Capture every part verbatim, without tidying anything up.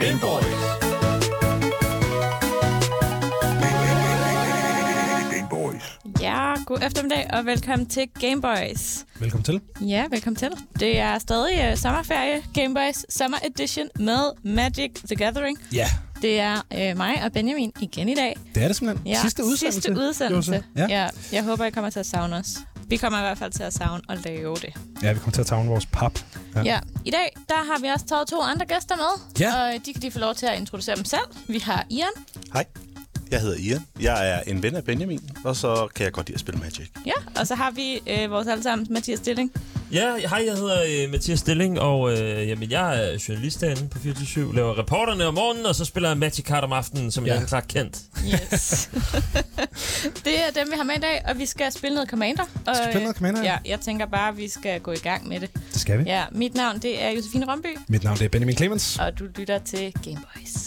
Gameboys. Gameboys. Ja, god eftermiddag og velkommen til Gameboys. Velkommen til. Ja, velkommen til. Det er stadig uh, sommerferie, Gameboys Summer Edition med Magic the Gathering. Ja. Det er uh, mig og Benjamin igen i dag. Det er det simpelthen. Ja, sidste udsendelse. Sidste udsendelse. Ja. Ja, jeg håber, I kommer til at savne os. Vi kommer i hvert fald til at savne og lave det. Ja, vi kommer til at savne vores pap. Ja. ja. I dag, der har vi også taget to andre gæster med. Ja. Og de kan de få lov til at introducere dem selv. Vi har Ian. Hej, jeg hedder Ian. Jeg er en ven af Benjamin, og så kan jeg godt lide at spille Magic. Ja, og så har vi øh, vores allesammen Mathias Stilling. Ja, hej, jeg hedder øh, Mathias Stilling, og øh, jamen, jeg er journalist derinde på fireogtyve syv, laver reporterne om morgenen, og så spiller jeg Magic Card om aftenen, som ja. jeg har klart kendt. Yes. Det er dem, vi har med i dag, og vi skal spille noget Commander. Og, skal spille noget Commander? Ja, jeg tænker bare, at vi skal gå i gang med det. Det skal vi. Ja, mit navn, det er Josefine Rønby. Mit navn, det er Benjamin Clemens. Og du lytter til Gameboys.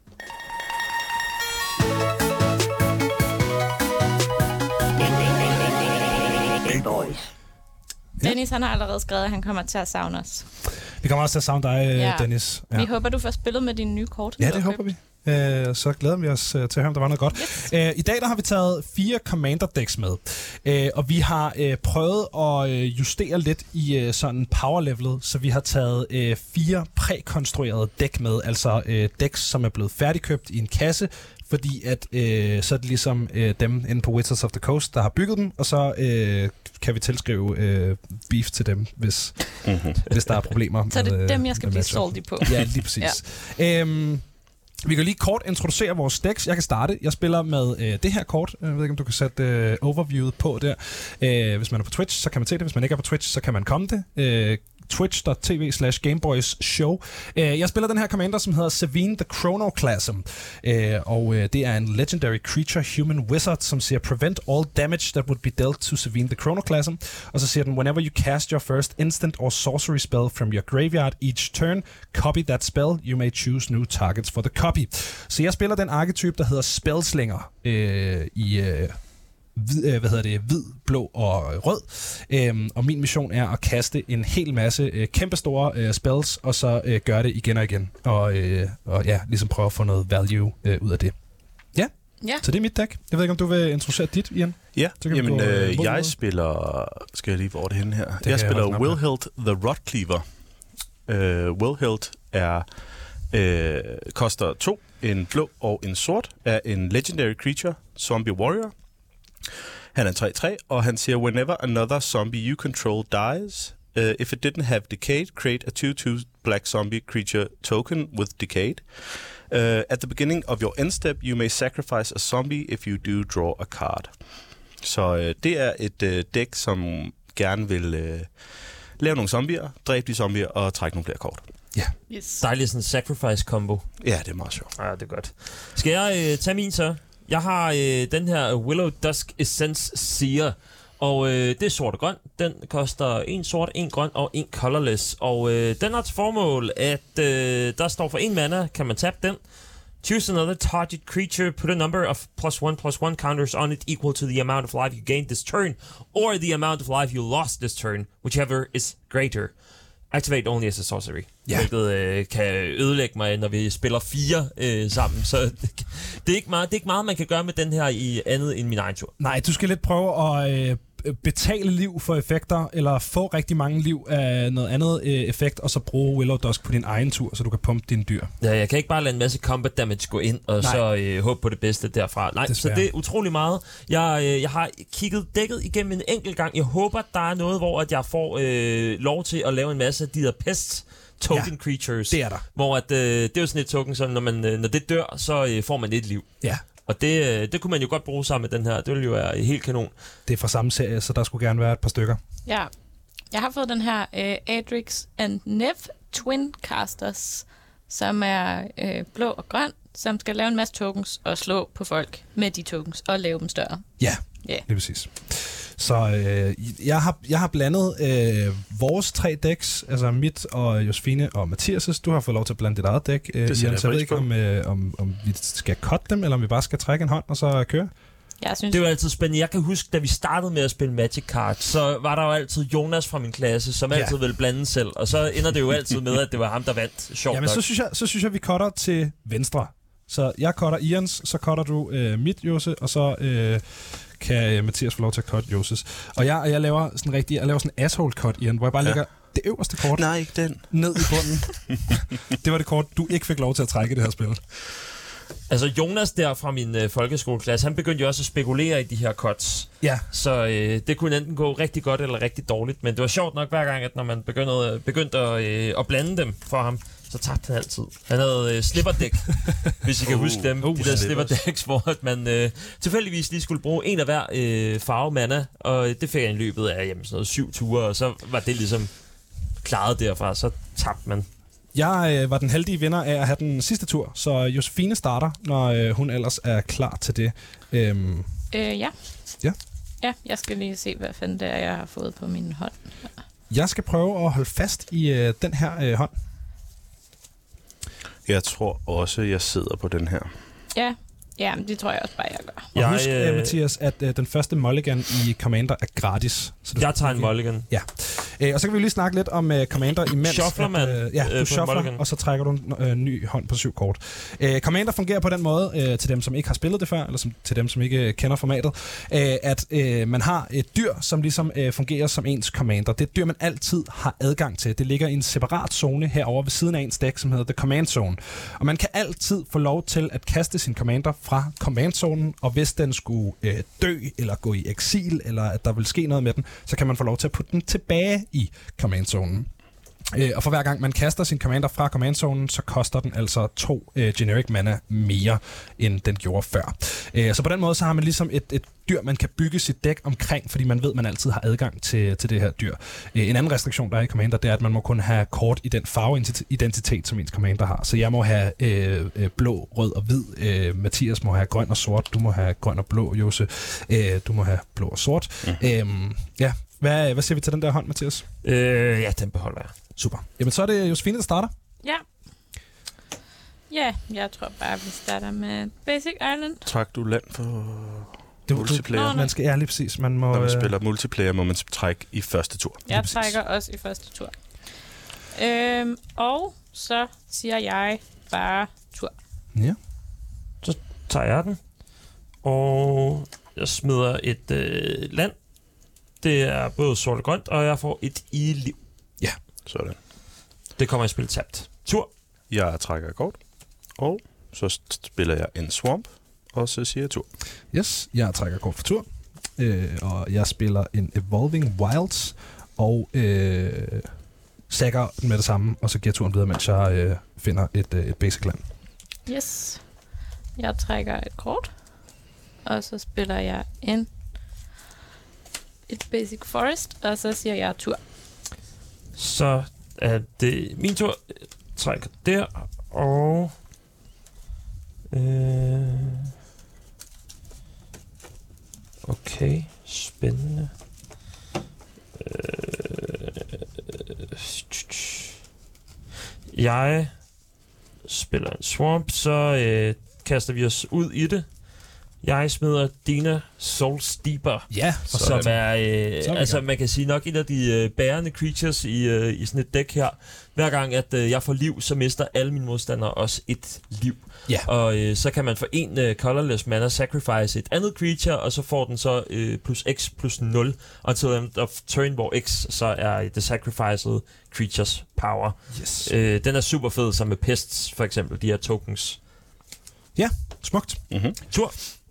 Gameboys. Dennis, han har allerede skrevet, at han kommer til at savne os. Vi kommer også til at savne dig, ja. Dennis. Ja. Vi håber, du får spillet med dine nye kort. Ja, det håber vi. Uh, så glæder vi os uh, til at høre, om der var noget godt. Yes. Uh, I dag der har vi taget fire Commander-decks med, uh, og vi har uh, prøvet at uh, justere lidt i uh, sådan power-levelet, så vi har taget uh, fire prækonstruerede dæk med, altså uh, decks, som er blevet færdigkøbt i en kasse, fordi at øh, så er det ligesom øh, dem inde på Wizards of the Coast, der har bygget dem, og så øh, kan vi tilskrive øh, beef til dem, hvis, mm-hmm. hvis der er problemer. Så er det med, dem, jeg skal blive salty på. Ja, lige præcis. Ja. Øhm, vi kan lige kort introducere vores decks. Jeg kan starte. Jeg spiller med øh, det her kort. Jeg ved ikke, om du kan sætte øh, overviewet på der. Øh, hvis man er på Twitch, så kan man se det. Hvis man ikke er på Twitch, så kan man komme det. Øh, twitch dot t v slash gameboys show. Uh, jeg spiller den her commander, som hedder Savine the Chronoclasm. Uh, og uh, det er en legendary creature, human wizard, som siger prevent all damage that would be dealt to Savine the Chronoclasm. Og så siger den, whenever you cast your first instant or sorcery spell from your graveyard each turn, copy that spell. You may choose new targets for the copy. Så jeg spiller den arketype, der hedder Spellslinger uh, i... Uh, Hvid, øh, hvad hedder det, hvid, blå og rød. Øhm, og min mission er at kaste en hel masse øh, kæmpestore øh, spells, og så øh, gøre det igen og igen. Og, øh, og ja, ligesom prøve at få noget value øh, ud af det. Ja. ja, så det er mit deck. Jeg ved ikke, om du vil introducere dit, Ian? Ja, jamen gå, øh, jeg spiller... Skal jeg lige hvor det henne her? Det jeg spiller jeg Wilhild the Rodcleaver. Uh, Wilhild er... Øh, koster to, en blå og en sort, er en legendary creature, zombie warrior. Han er tre tre, og han siger, whenever another zombie you control dies, uh, if it didn't have Decayed, create a two two black zombie creature token with Decayed. Uh, at the beginning of your end step, you may sacrifice a zombie if you do draw a card. Så uh, det er et uh, dæk, som gerne vil uh, lave nogle zombier, dræbe de zombier og trække nogle flere kort. Ja. Yeah. Yes. Dejlig sådan sacrifice-kombo. Ja, det er meget sjovt. Ja, det er godt. Skal jeg øh, tage min så? Jeg har øh, den her Willow Dusk Essence Seer, og øh, det er sort og grøn. Den koster en sort, en grøn og en colorless. Og øh, den har til formål, at øh, der står for en mana, kan man tabe den. Choose another target creature, put a number of plus one plus one counters on it equal to the amount of life you gained this turn, or the amount of life you lost this turn, whichever is greater. Activate only as a sorcery. Ja. Hvilket øh, kan ødelægge mig, når vi spiller fire øh, sammen. Så det, det, er ikke meget, det er ikke meget, man kan gøre med den her i andet end min egen tur. Nej, du skal lidt prøve at øh, betale liv for effekter, eller få rigtig mange liv af noget andet øh, effekt, og så bruge Willow Dusk på din egen tur, så du kan pumpe dine dyr. Ja, jeg kan ikke bare lade en masse combat damage gå ind, og Nej. så øh, håbe på det bedste derfra. Nej, Desværre. Så det er utrolig meget. Jeg, øh, jeg har kigget dækket igennem en enkelt gang. Jeg håber, der er noget, hvor at jeg får øh, lov til at lave en masse af de der pests, token ja, creatures. Det er der. Hvor at, øh, det er jo sådan et token, så når, man, øh, når det dør, så øh, får man et liv. Ja. Og det, det kunne man jo godt bruge sammen med den her. Det ville jo være helt kanon. Det er fra samme serie, så der skulle gerne være et par stykker. Ja. Jeg har fået den her uh, Adrix and Nev Twin Casters, som er uh, blå og grøn, som skal lave en masse tokens og slå på folk med de tokens og lave dem større. Ja, yeah. Det er præcis. Så øh, jeg, har, jeg har blandet øh, vores tre decks, altså mit og Josefine og Mathias'. Du har fået lov til at blande dit eget deck. Øh, det Jens, jeg ved ikke, om, øh, om, om vi skal cut dem, eller om vi bare skal trække en hånd og så køre. Jeg synes, Det var altid spændende. Jeg kan huske, da vi startede med at spille Magic Cards, så var der jo altid Jonas fra min klasse, som Ja. altid ville blande selv. Og så ender det jo altid med, at det var ham, der vandt. Sjovt Jamen, nok. så synes, jeg, så synes jeg, vi cutter til venstre. Så jeg cutter Ians, så cutter du øh, mit, Jose, og så øh, kan øh, Mathias få lov til at cutte Joses. Og jeg, og jeg laver sådan rigtig, jeg laver sådan en asshole cut, Ian, hvor jeg bare Ja. lægger det øverste kort Nej, ikke den. ned i bunden. Det var det kort, du ikke fik lov til at trække i det her spil. Altså Jonas der fra min øh, folkeskoleklasse, han begyndte jo også at spekulere i de her cuts. Ja. Så øh, det kunne enten gå rigtig godt eller rigtig dårligt. Men det var sjovt nok hver gang, at når man begyndte, begyndte at, øh, at blande dem for ham, så tabte han altid. Han havde øh, slipperdæk, hvis I kan Uh, huske dem. uh, de der slippers. slipperdæks, hvor at man øh, tilfældigvis lige skulle bruge en af hver øh, farve mana, og det fik han i løbet af jamen, sådan noget syv ture, og så var det ligesom klaret derfra, så tabte man. Jeg øh, var den heldige vinder af at have den sidste tur, så Josefine starter, når øh, hun ellers er klar til det. Øhm, øh, ja. Ja. Ja, jeg skal lige se, hvad fanden det er, jeg har fået på min hånd. jeg skal prøve at holde fast i øh, den her øh, hånd. Jeg tror også, jeg sidder på den her. Ja, ja, men det tror jeg også bare, jeg gør. Og Jeg, husk, øh, øh, Mathias, at øh, den første mulligan i Commander er gratis. Så du Jeg skal tager en ikke- mulligan. Ja. Øh, og så kan vi lige snakke lidt om uh, Commander imens. Shuffler man, at, øh, ja, øh, du på shuffler, mulligan? og så trækker du en øh, ny hånd på syv kort. Uh, Commander fungerer på den måde, uh, til dem, som ikke har spillet det før, eller som, til dem, som ikke kender formatet, uh, at uh, man har et dyr, som ligesom uh, fungerer som ens Commander. Det er et dyr, man altid har adgang til. Det ligger i en separat zone herovre ved siden af ens deck, som hedder The Command Zone. Og man kan altid få lov til at kaste sin Commander fra Command-zonen, og hvis den skulle øh, dø, eller gå i eksil, eller at der vil ske noget med den, så kan man få lov til at putte den tilbage i Command-zonen. Øh, og for hver gang man kaster sin Commander fra Command-zonen, så koster den altså to øh, generic mana mere, end den gjorde før. Øh, så på den måde, så har man ligesom et, et dyr, man kan bygge sit dæk omkring, fordi man ved, man altid har adgang til, til det her dyr. Øh, en anden restriktion, der er i Commander, det er, at man må kun have kort i den farveidentitet, som ens Commander har. Så jeg må have øh, øh, blå, rød og hvid. Øh, Mathias må have grøn og sort. Du må have grøn og blå, Jose. Øh, du må have blå og sort. Mm. Øh, ja, hvad, hvad siger vi til den der hånd, Mathias? Øh, ja, den beholder jeg. Super. Jamen, så er det Josefine, der starter. Ja. Ja, jeg tror bare, vi starter med Basic Island. Træk du land for Du, multiplayer? Du, man skal, ja, lige præcis. Man må, Når man øh, spiller multiplayer, må man trække i første tur. Jeg præcis. trækker også i første tur. Øhm, og så siger jeg bare tur. Ja. Tager jeg den. Og jeg smider et øh, land. Det er både sort og grønt, og jeg får et i liv. Sådan. Det kommer i spil tabt. Tur. Jeg trækker et kort, og så spiller jeg en swamp, og så siger jeg tur. Yes, jeg trækker kort for tur. Øh, og jeg spiller en Evolving Wilds, og øh, sækker den med det samme, og så giver turen videre, mens jeg øh, finder et, øh, et basic land. Yes. Jeg trækker et kort. Og så spiller jeg en et Basic Forest, og så siger jeg tur. Så er det min tur. Jeg trækker der, og... Øh, okay, spændende. Øh, jeg spiller en swamp, så øh, kaster vi os ud i det. Jeg smider Dina Soulsteeper, Ja, som er, øh, vi i altså gang. man kan sige nok en af de øh, bærende creatures i, øh, i sådan et dæk her. Hver gang, at øh, jeg får liv, så mister alle mine modstandere også et liv. Ja. Og øh, så kan man for en øh, colorless mana sacrifice et andet creature, og så får den så øh, plus x plus nul, until end of turn, hvor x så er the sacrificed creatures power. Yes. Øh, den er super fed, som med pests, for eksempel, de her tokens. Ja, smukt. Mm-hmm. Tur.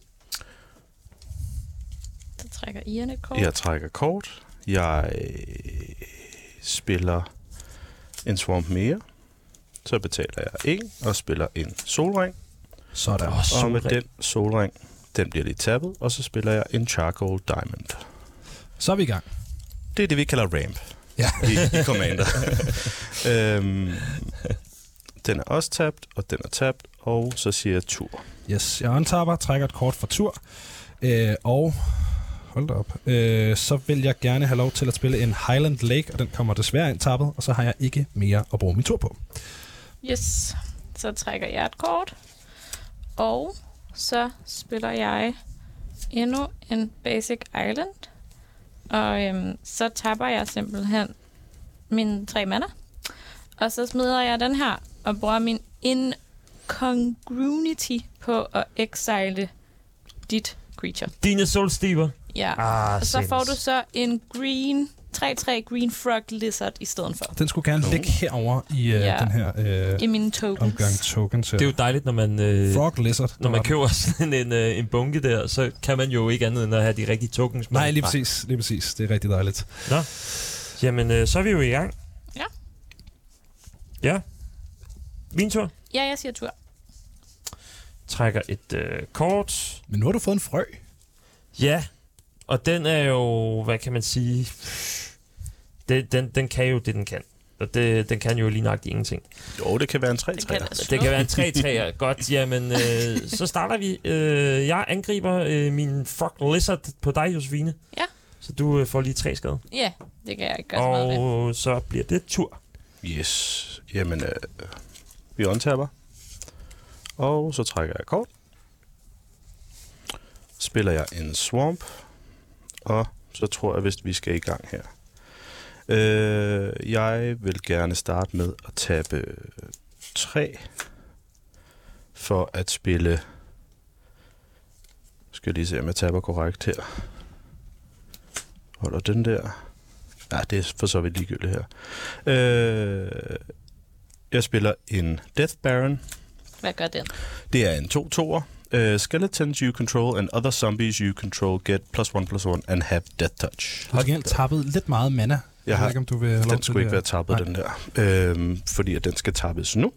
Så trækker Ian et kort. Jeg trækker kort. Jeg spiller en swamp mere. Så betaler jeg en og spiller en solring. Sådan. Åh, Og med solring. den solring, den bliver lige tappet, og så spiller jeg en charcoal diamond. Så er vi i gang. Det er det, vi kalder ramp Ja. i, i Commander. øhm, den er også tabt, og den er tabt, og så siger jeg tur. Yes, jeg untapper, trækker et kort for tur, øh, og hold da op, øh, så vil jeg gerne have lov til at spille en Highland Lake, og den kommer desværre indtappet, og så har jeg ikke mere at bruge min tur på. Yes. Så trækker jeg et kort. Og så spiller jeg endnu en Basic Island. Og øhm, så tapper jeg simpelthen mine tre mana. Og så smider jeg den her og bruger min Incongruity på at exile dit creature. Dine Soulsteeper. Ja, Ah, og så sinds. får du så en green tre tre Green Frog Lizard i stedet for. Den skulle gerne ligge herover i øh, Ja. den her øh, I mine tokens. omgang tokens her. Det er jo dejligt, når man, øh, Frog Lizard. når man køber sådan en, øh, en bunke der, så kan man jo ikke andet end at have de rigtige tokens med. Nej, lige præcis. Lige præcis. Det er rigtig dejligt. Nå. Jamen, øh, så er vi jo i gang. Ja. Ja. Min tur. Ja, jeg siger tur. Trækker et øh, kort. Men nu har du fået en frø. Ja. Og den er jo, hvad kan man sige, det, den, den kan jo det, den kan. Og det, den kan jo lige nøjagtigt ingenting. Jo, det kan være en tre Det kan tre. altså Det kan være en tre tre. Godt, jamen, øh, så starter vi. Øh, jeg angriber øh, min Frog Lizard på dig, Josefine. Ja. Så du øh, får lige tre skade. Ja, det kan jeg ikke gøre så meget ved. Og så bliver det tur. Yes. Jamen, øh, vi untapper. Og så trækker jeg kort. Spiller jeg en Swamp. Og så tror jeg, vist vi skal i gang her. Øh, jeg vil gerne starte med at tabe tre for at spille. Skal jeg lige se, om jeg taber korrekt her. Holder den der. Ja, det er for så vidt ligegyldigt her. Øh, jeg spiller en Death Baron. Hvad gør den? Det er en to toer. Uh, skeletons you control and other zombies you control get plus one plus one and have death touch. Du har igen tappet lidt meget mana. Jeg har- ved ikke, om du vil have lov Den til skulle ikke det være tappet, Nej. den der. Øhm, fordi at den skal tappes nu.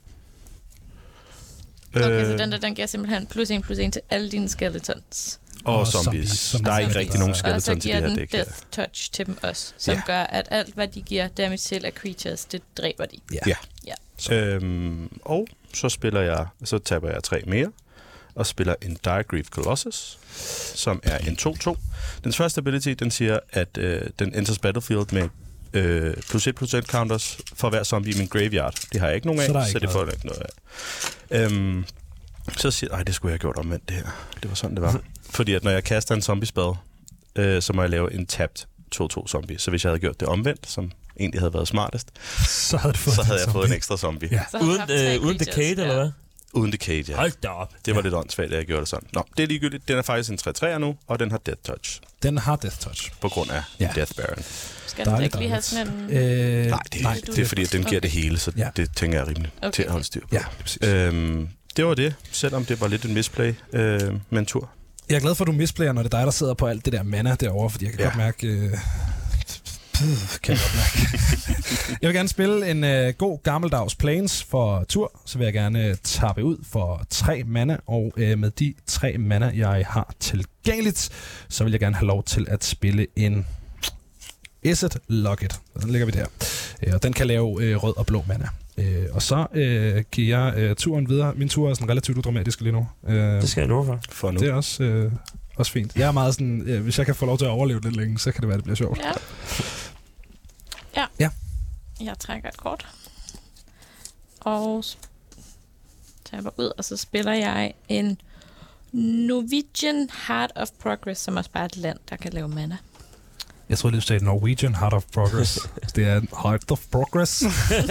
Okay, Øh, så den der, den giver simpelthen plus en plus en til alle dine skeletons. og, Og zombies. zombies, som Der er er ikke zombies. rigtig nogen Og så skeletons i giver det her den dæk her. death touch til dem også, som Ja. gør, at alt, hvad de giver damage til af creatures, det dræber de. Ja. Ja. Ja. Øhm, og så spiller jeg, så tapper jeg tre mere, og spiller en Diregrief Colossus, som er en to to. Den første ability, den siger, at øh, den enters battlefield med øh, plus et procent counters for hver zombie i min graveyard. Det har jeg ikke nogen af, Så der er så, ikke det får noget. jeg ikke noget af. Øhm, så siger jeg, det skulle jeg have gjort omvendt det her. Det var sådan, det var. Fordi at når jeg kaster en zombie-spell, øh, så må jeg lave en tapped to to zombie. Så hvis jeg havde gjort det omvendt, som egentlig havde været smartest, Så havde du fået, så havde en jeg fået en zombie. ekstra zombie. Ja. Så har du Uden, haft tre øh, uden creatures, Decade, eller hvad? Uden Decade, ja. Hold da op. Det var lidt åndssvagt, at jeg gjorde det sådan. Nå, det er ligegyldigt. Den er faktisk en tre treer nu, og den har Death Touch, Den har Death Touch. på grund af Ja. ja. Death Baron. Skal den Dejligt, ikke lige have dejligt. sådan en... Øh, Nej, det, nej, det er fordi, at den giver Okay. det hele, så Ja. det tænker jeg er rimeligt Okay. til at holde styr på. Ja, præcis. Øhm, det var det, selvom det var lidt en misplay øh, med en tur. Jeg er glad for, at du misplayer, når det er dig, der sidder på alt det der mana derovre, fordi jeg kan Ja. ja. godt mærke... Øh, kan jeg godt mærke. Jeg vil gerne spille en øh, god gammeldags planes for tur, så vil jeg gerne øh, tappe ud for tre mana, og øh, med de tre mana, jeg har tilgængeligt, så vil jeg gerne have lov til at spille en Izzet Locket. Den lægger vi der. Øh, og den kan lave øh, rød og blå mana. Øh, og så øh, giver jeg øh, turen videre. Min tur er sådan relativt udramatisk lige nu. Øh, Det skal jeg love for. For nu. det er også, øh, også fint. Jeg er meget sådan, øh, hvis jeg kan få lov til at overleve lidt længe, så kan det være, det bliver sjovt. Ja. Ja. Ja. Jeg trækker et kort. Og s- taber ud, og så spiller jeg en Norwegian Heart of Progress, som også bare er et land, der kan lave mana. Jeg troede, du sagde Norwegian Heart of Progress. Det er en Heart of Progress.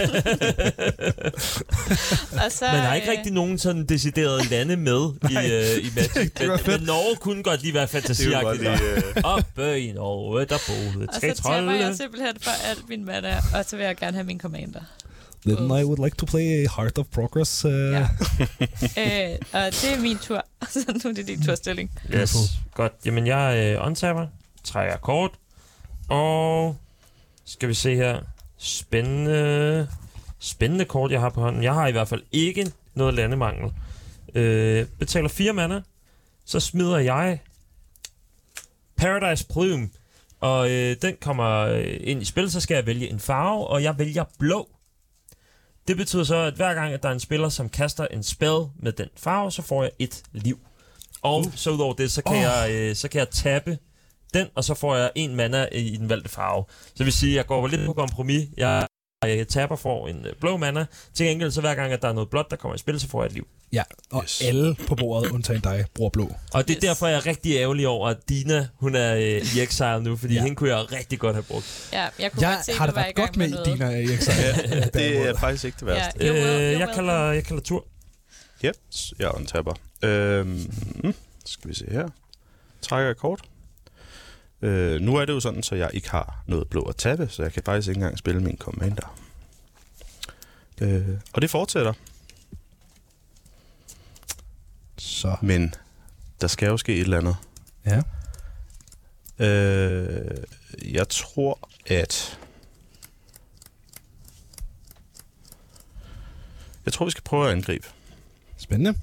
Og så, Man har ikke øh, rigtig nogen sådan deciderede lande med i, øh, i Magic. Det var Men, fedt. men Norge kunne godt lige være fantasiagtigt. øh, Oppe i Norge, der boede Og tre så taber jeg trolde. simpelthen for alt min mana, og så vil jeg gerne have min commander. Then I would like to play a Heart of Progress. Uh, Ja. øh, og det er min tur. Så nu er det din turstilling. Yes, godt. Jamen, jeg øh, untapper, trækker kort, og skal vi se her. Spændende, spændende kort, jeg har på hånden. Jeg har i hvert fald ikke noget landemangel. Øh, betaler fire mana, så smider jeg Paradise Plume, og øh, den kommer øh, ind i spil, så skal jeg vælge en farve, og jeg vælger blå. Det betyder så, at hver gang, at der er en spiller, som kaster en spell med den farve, så får jeg et liv. Og uh. så udover det, så kan, oh. jeg, øh, så kan jeg tappe den, og så får jeg en mana i den valgte farve. Så det vil sige, at jeg går lidt på kompromis. Jeg jeg taber, får en øh, blå mana. Til gengæld, så hver gang, at der er noget blåt, der kommer i spil, så får jeg et liv. Ja, og yes. alle på bordet, undtagen dig, bruger blå. Og det er Yes. derfor, jeg er rigtig ærgerlig over, at Dina, hun er øh, i exile nu, fordi ja. hende kunne jeg rigtig godt have brugt. Ja, jeg kunne Jeg godt se, har du det var i ret gang godt med, med med Dina i Exile. Ja, det er faktisk ikke det værste. Ja, you're well, Øh, you're jeg, kalder, jeg kalder tur. Yep, jeg untapper. Øhm, skal vi se her. Trækker et kort. Øh, nu er det jo sådan, så jeg ikke har noget blå at tappe, så jeg kan faktisk ikke engang spille min commander. Øh, og det fortsætter. Så. Men der skal jo ske et eller andet. Ja. Øh, jeg tror, at... Jeg tror, vi skal prøve at angribe. Spændende.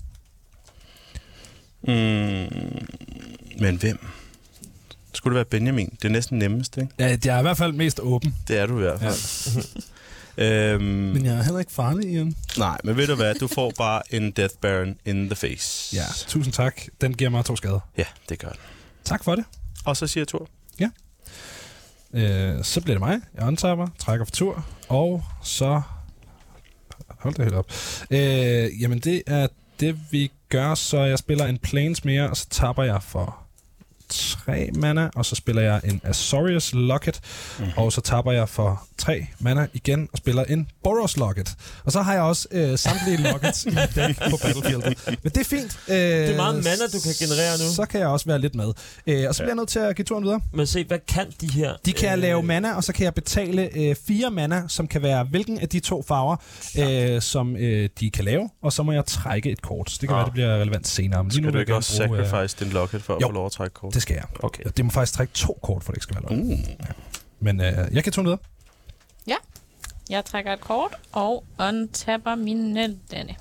Mm, men hvem? Skulle det være Benjamin? Det er næsten nemmest, ikke? Ja, jeg er i hvert fald mest åben. Det er du i hvert fald. Ja. øhm, Men jeg er heller ikke farlig, Ian. nej, men ved du hvad? Du får bare en Death Baron in the face. Ja, tusind tak. Den giver mig to skader. Ja, det gør den. Tak for det. Og så siger jeg tur. Øh, så bliver det mig. Jeg untapper, trækker for tur, og så... Hold det helt op. Øh, jamen, det er det, vi gør, så jeg spiller en Plains mere, og så tapper jeg for tre mana, og så spiller jeg en Azorius Locket, mm-hmm. og så tapper jeg for tre mana igen, og spiller en Boros Locket. Og så har jeg også øh, samtlige Lockets i mit deck på Battlefield. Men det er fint. Øh, Det er meget mana, du kan generere nu. Så kan jeg også være lidt med. Øh, og så bliver jeg nødt til at give turen videre. Men se, hvad kan de her? De kan øh, lave mana, og så kan jeg betale øh, fire mana, som kan være hvilken af de to farver, øh, som øh, de kan lave, og så må jeg trække et kort. Så det kan Ah. være, det bliver relevant senere. Men lige Skal nu du vil jeg ikke gerne også bruge, øh, sacrifice din locket for at jo. få lov at trække kort? Det skal jeg. Okay. Det må faktisk trække to kort, for det ikke skal være løgn. Uh. Men øh, jeg kan tune videre. Jeg trækker et kort og untapper mine denne.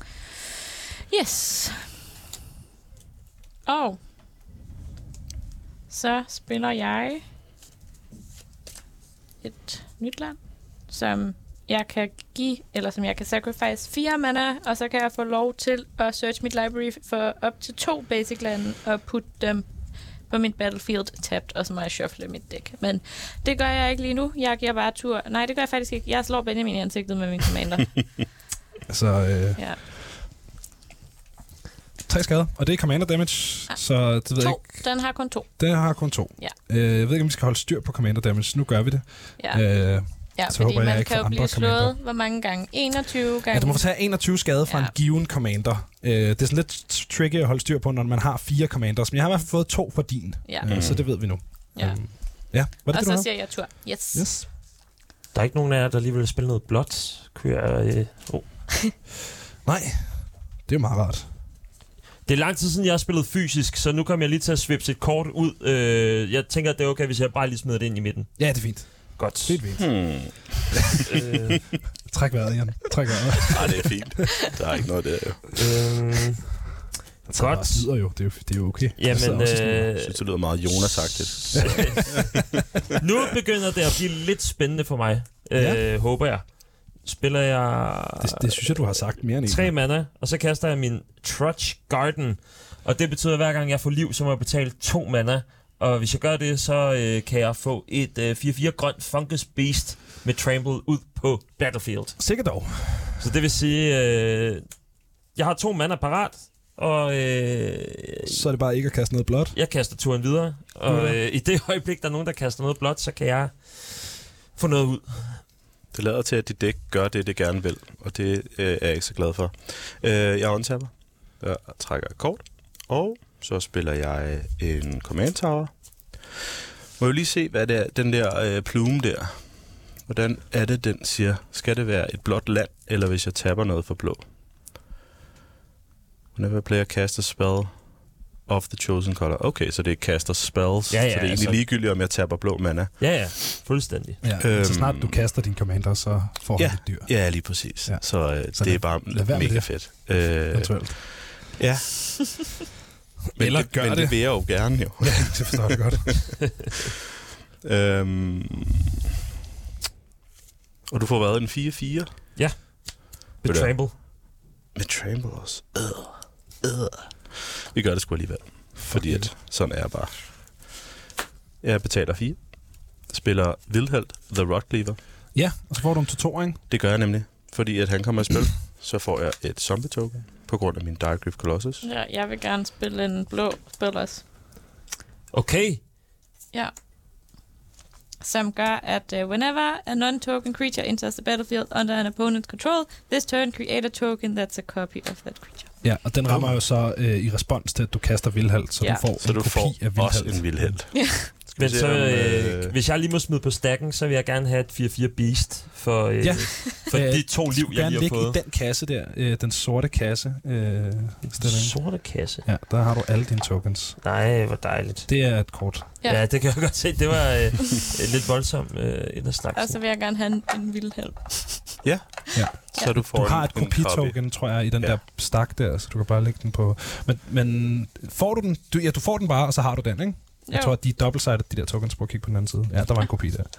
Yes. Og så spiller jeg et nyt land, som jeg kan give, eller som jeg kan sacrifice fire mana, og så kan jeg få lov til at search mit library for op til to basic lande og putte dem på mit battlefield tabt, og så må jeg shuffle mit dæk. Men det gør jeg ikke lige nu. Jeg giver bare tur. Nej, det gør jeg faktisk ikke. Jeg slår Benjamin i ansigtet med min commander. Altså, øh, Ja. tre skader, og det er commander damage, Ja. så det ved jeg To. ikke. Den har kun to. Den har kun to. Ja. Øh, jeg ved ikke, om vi skal holde styr på commander damage. Nu gør vi det. Ja, Øh, ja så fordi håber jeg man ikke kan får jo andre blive slået, commander. hvor mange gange? enogtyve gange. ja, du må få tage enogtyve skade fra Ja. en given commander. Øh, det er sådan lidt tricky at holde styr på, når man har fire commanders. Men jeg har i hvert fald fået to for din. Ja. Øh, så det ved vi nu. Ja. Øhm, ja. Hvad er Og det, du så har? siger jeg tur. Yes. Yes. Der er ikke nogen af jer, der lige vil spille noget blåt. Kunne jeg... Øh, oh. Nej, det er jo meget rart. Det er lang tid siden, jeg har spillet fysisk, så nu kommer jeg lige til at svipse et kort ud. Øh, jeg tænker, at det er okay, hvis jeg bare lige smider det ind i midten. Ja, det er fint. Godt. Fint, fint. Hmm. øh, Træk vejret, Jan. Træk vejret. Nej, det er fint. Der er ikke noget der, jo. øh, Så Godt. bare snyder jo. Det er jo, det er jo okay. Jeg sidder jamen, også og snyder. øh, Jeg synes, det lyder meget Jonas-agtigt. nu begynder det at blive lidt spændende for mig. Ja. Øh, håber jeg. Spiller jeg... det, det synes jeg, du har sagt mere end en. Tre mana, og så kaster jeg min Trudge Garden. Og det betyder, at hver gang jeg får liv, så må jeg betale to mana. Og hvis jeg gør det, så øh, kan jeg få et øh, fire fire grøn Fungus Beast med Trample ud på Battlefield. Sikkert dog. Så det vil sige, øh, jeg har to mana parat, og øh, Så er det bare ikke at kaste noget blåt. jeg kaster turen videre. Og øh, i det øjeblik, der er nogen, der kaster noget blåt, så kan jeg få noget ud. Det lader til, at dit dæk gør det, det gerne vil, og det øh, er jeg ikke så glad for. Øh, jeg untapper. Jeg trækker et kort, og så spiller jeg en Command Tower. Må jeg lige se, hvad det er, den der øh, plume der. Hvordan er det, den siger? Skal det være et blåt land, eller hvis jeg tapper noget for blå? Whenever a player caster spell of the chosen color. Okay, så det er caster spells, Ja, ja, så det er egentlig altså- ligegyldigt, om jeg tapper blå mana. Ja, ja, fuldstændig. Ja, Øhm, så snart du kaster din commander, så får Ja. han et dyr. Ja, lige præcis. Ja. Ja. Så, øh, Så det lad- er bare lad være med mega det. fedt. Øh, Eventuelt. ja. Men, Eller det, gør men det. det. vil jeg jo gerne, jo. Ja, det forstår jeg godt. øhm, og du får været en fire fire Med Ved du- Trample. med Trample også. Øh, øh. Vi gør det sgu alligevel. Fordi at sådan er jeg bare. Jeg betaler fire. Spiller Vilheld, The Rod Cleaver. Ja, og så får du en tutoring. Det gør jeg nemlig, fordi at han kommer i spil. Så får jeg et zombie-token på grund af min Diregriff Colossus. Ja, jeg vil gerne spille en blå spil også. Okay. Ja. Som gør, at uh, whenever a non-token creature enters the battlefield under an opponent's control, this turn create a token that's a copy of that creature. Ja, og den rammer jo så øh, i respons til, at du kaster Vildhelt, så Ja. du får Så en du kopi får af også Vildhelt. en Vildhelt. Ja. Men se, så, om, øh, øh, hvis jeg lige må smide på stakken, så vil jeg gerne have et fire fire Beast for, øh, Ja. for Øh, de to liv, Du jeg gerne lige har ligge fået. i den kasse der, øh, den sorte kasse. Øh, stilling. Sorte kasse. Ja, der har du alle dine tokens. Nej, hvor dejligt. Det er et kort. Ja. Ja, ja det kan jeg godt se. Det var øh, lidt voldsomt øh, et af slagsen. Og så vil jeg gerne have en, en vild held. Ja. Ja. Så du får Du har en, et en kopitoken, tror jeg, i den Ja. der stak der, så du kan bare lægge den på. Men, men får du den? Du, ja, du får den bare, og så har du den, ikke? Jeg Jo. tror, at de er double-sided, de der tokens. Prøv at kigge på den anden side. Ja, der var en kopi der.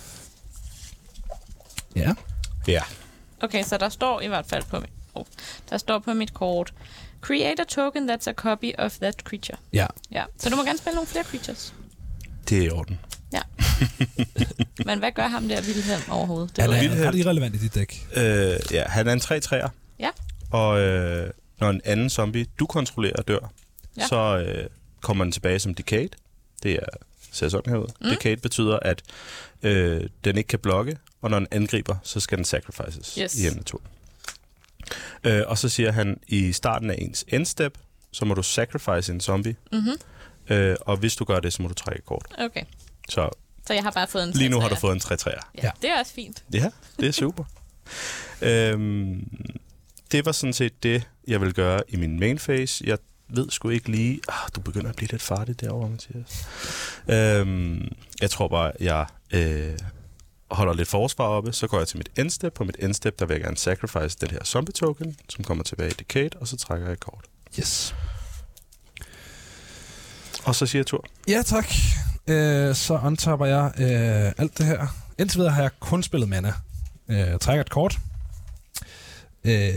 Ja. Ja. Okay, så der står i hvert fald på mit, oh, der står på mit kort, create a token that's a copy of that creature. Ja. Ja, så du må gerne spille nogle flere creatures. Det er i orden. Ja. Men hvad gør ham der Vilhelm overhovedet? Det Han ved er jeg ikke. ret irrelevant i dit dæk. Øh, ja, han er en tre treer. Ja. Og øh, når en anden zombie, du kontrollerer, dør, Ja. så øh, kommer den tilbage som Decayed. Det er, ser sådan her ud. Mm. Decayed betyder, at øh, den ikke kan blokke, og når den angriber, så skal den sacrifices Yes. i enden af turen. Øh, og så siger han, i starten af ens endstep, så må du sacrifice en zombie. Mhm. Øh, og hvis du gør det, så må du trække et kort. Okay, Så så jeg har bare fået en lige nu har du tre-treer. fået en tre treer. Ja, Ja. det er også fint. Ja, det er super. øhm, det var sådan set det, jeg vil gøre i min main phase. Jeg ved sgu ikke lige... Ah, du begynder at blive lidt farlig derovre, Mathias. Øhm, jeg tror bare, jeg øh, holder lidt forsvar oppe. Så går jeg til mit endstep. På mit endstep, der vil jeg gerne sacrifice den her zombie token, som kommer tilbage i Decayed, og så trækker jeg et kort. Yes. Og så siger jeg tur. Ja, tak. Øh, så untapper jeg øh, alt det her. Indtil videre har jeg kun spillet mana. Øh, jeg trækker et kort. Øh,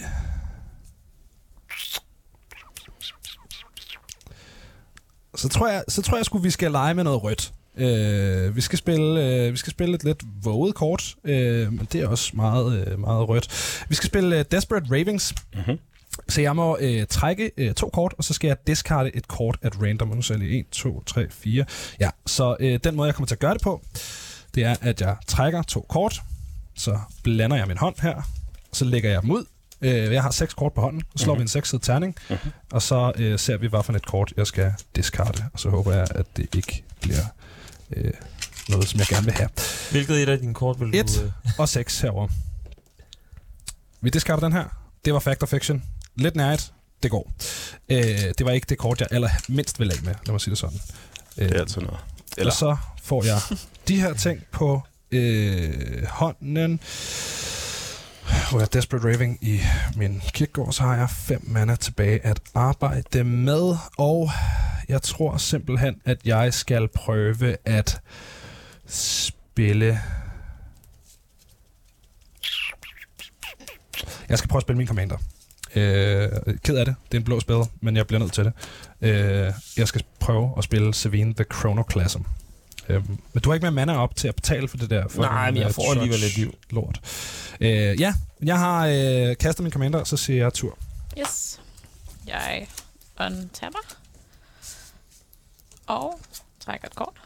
så tror jeg, så tror jeg sgu, vi skal lege med noget rødt. Øh, vi skal spille, øh, vi skal spille et lidt våget kort, øh, men det er også meget, øh, meget rødt. Vi skal spille øh, Desperate Ravings. Mm-hmm. Så jeg må øh, trække øh, to kort, og så skal jeg discarde et kort at random. Og nu sælger jeg en, to, tre, fire. Ja, så øh, den måde, jeg kommer til at gøre det på, det er, at jeg trækker to kort. Så blander jeg min hånd her. Så lægger jeg dem ud. Øh, jeg har seks kort på hånden. Så slår mm-hmm. vi en sekssidet terning. Mm-hmm. Og så øh, ser vi, hvad for et kort, jeg skal discarde. Og så håber jeg, at det ikke bliver øh, noget, som jeg gerne vil have. Hvilket et af dine kort vil Et du... Øh... og seks herover. Vi discarder den her. Det var Fact or Fiction. Lidt nærigt. Det går. Øh, det var ikke det kort, jeg allermindst ville af med. Lad mig sige det sådan. Øh, Det er altså noget. Eller. Og så får jeg de her ting på øh, hånden. Hvor jeg er Desperate Raving i min kirkegård, så har jeg fem mana tilbage at arbejde med. Og jeg tror simpelthen, at jeg skal prøve at spille... Jeg skal prøve at spille min commander. Øh, ked af det. Det er en blå spil, men jeg bliver nødt til det. Øh, jeg skal prøve at spille Savine the Chronoclasm. Øh, men du har ikke mere mana op til at betale for det der? For Nej, men jeg får alligevel lidt liv. Lort. Øh, ja, jeg har øh, kastet min commander, så siger jeg tur. Yes. Jeg untapper. Og trækker et kort.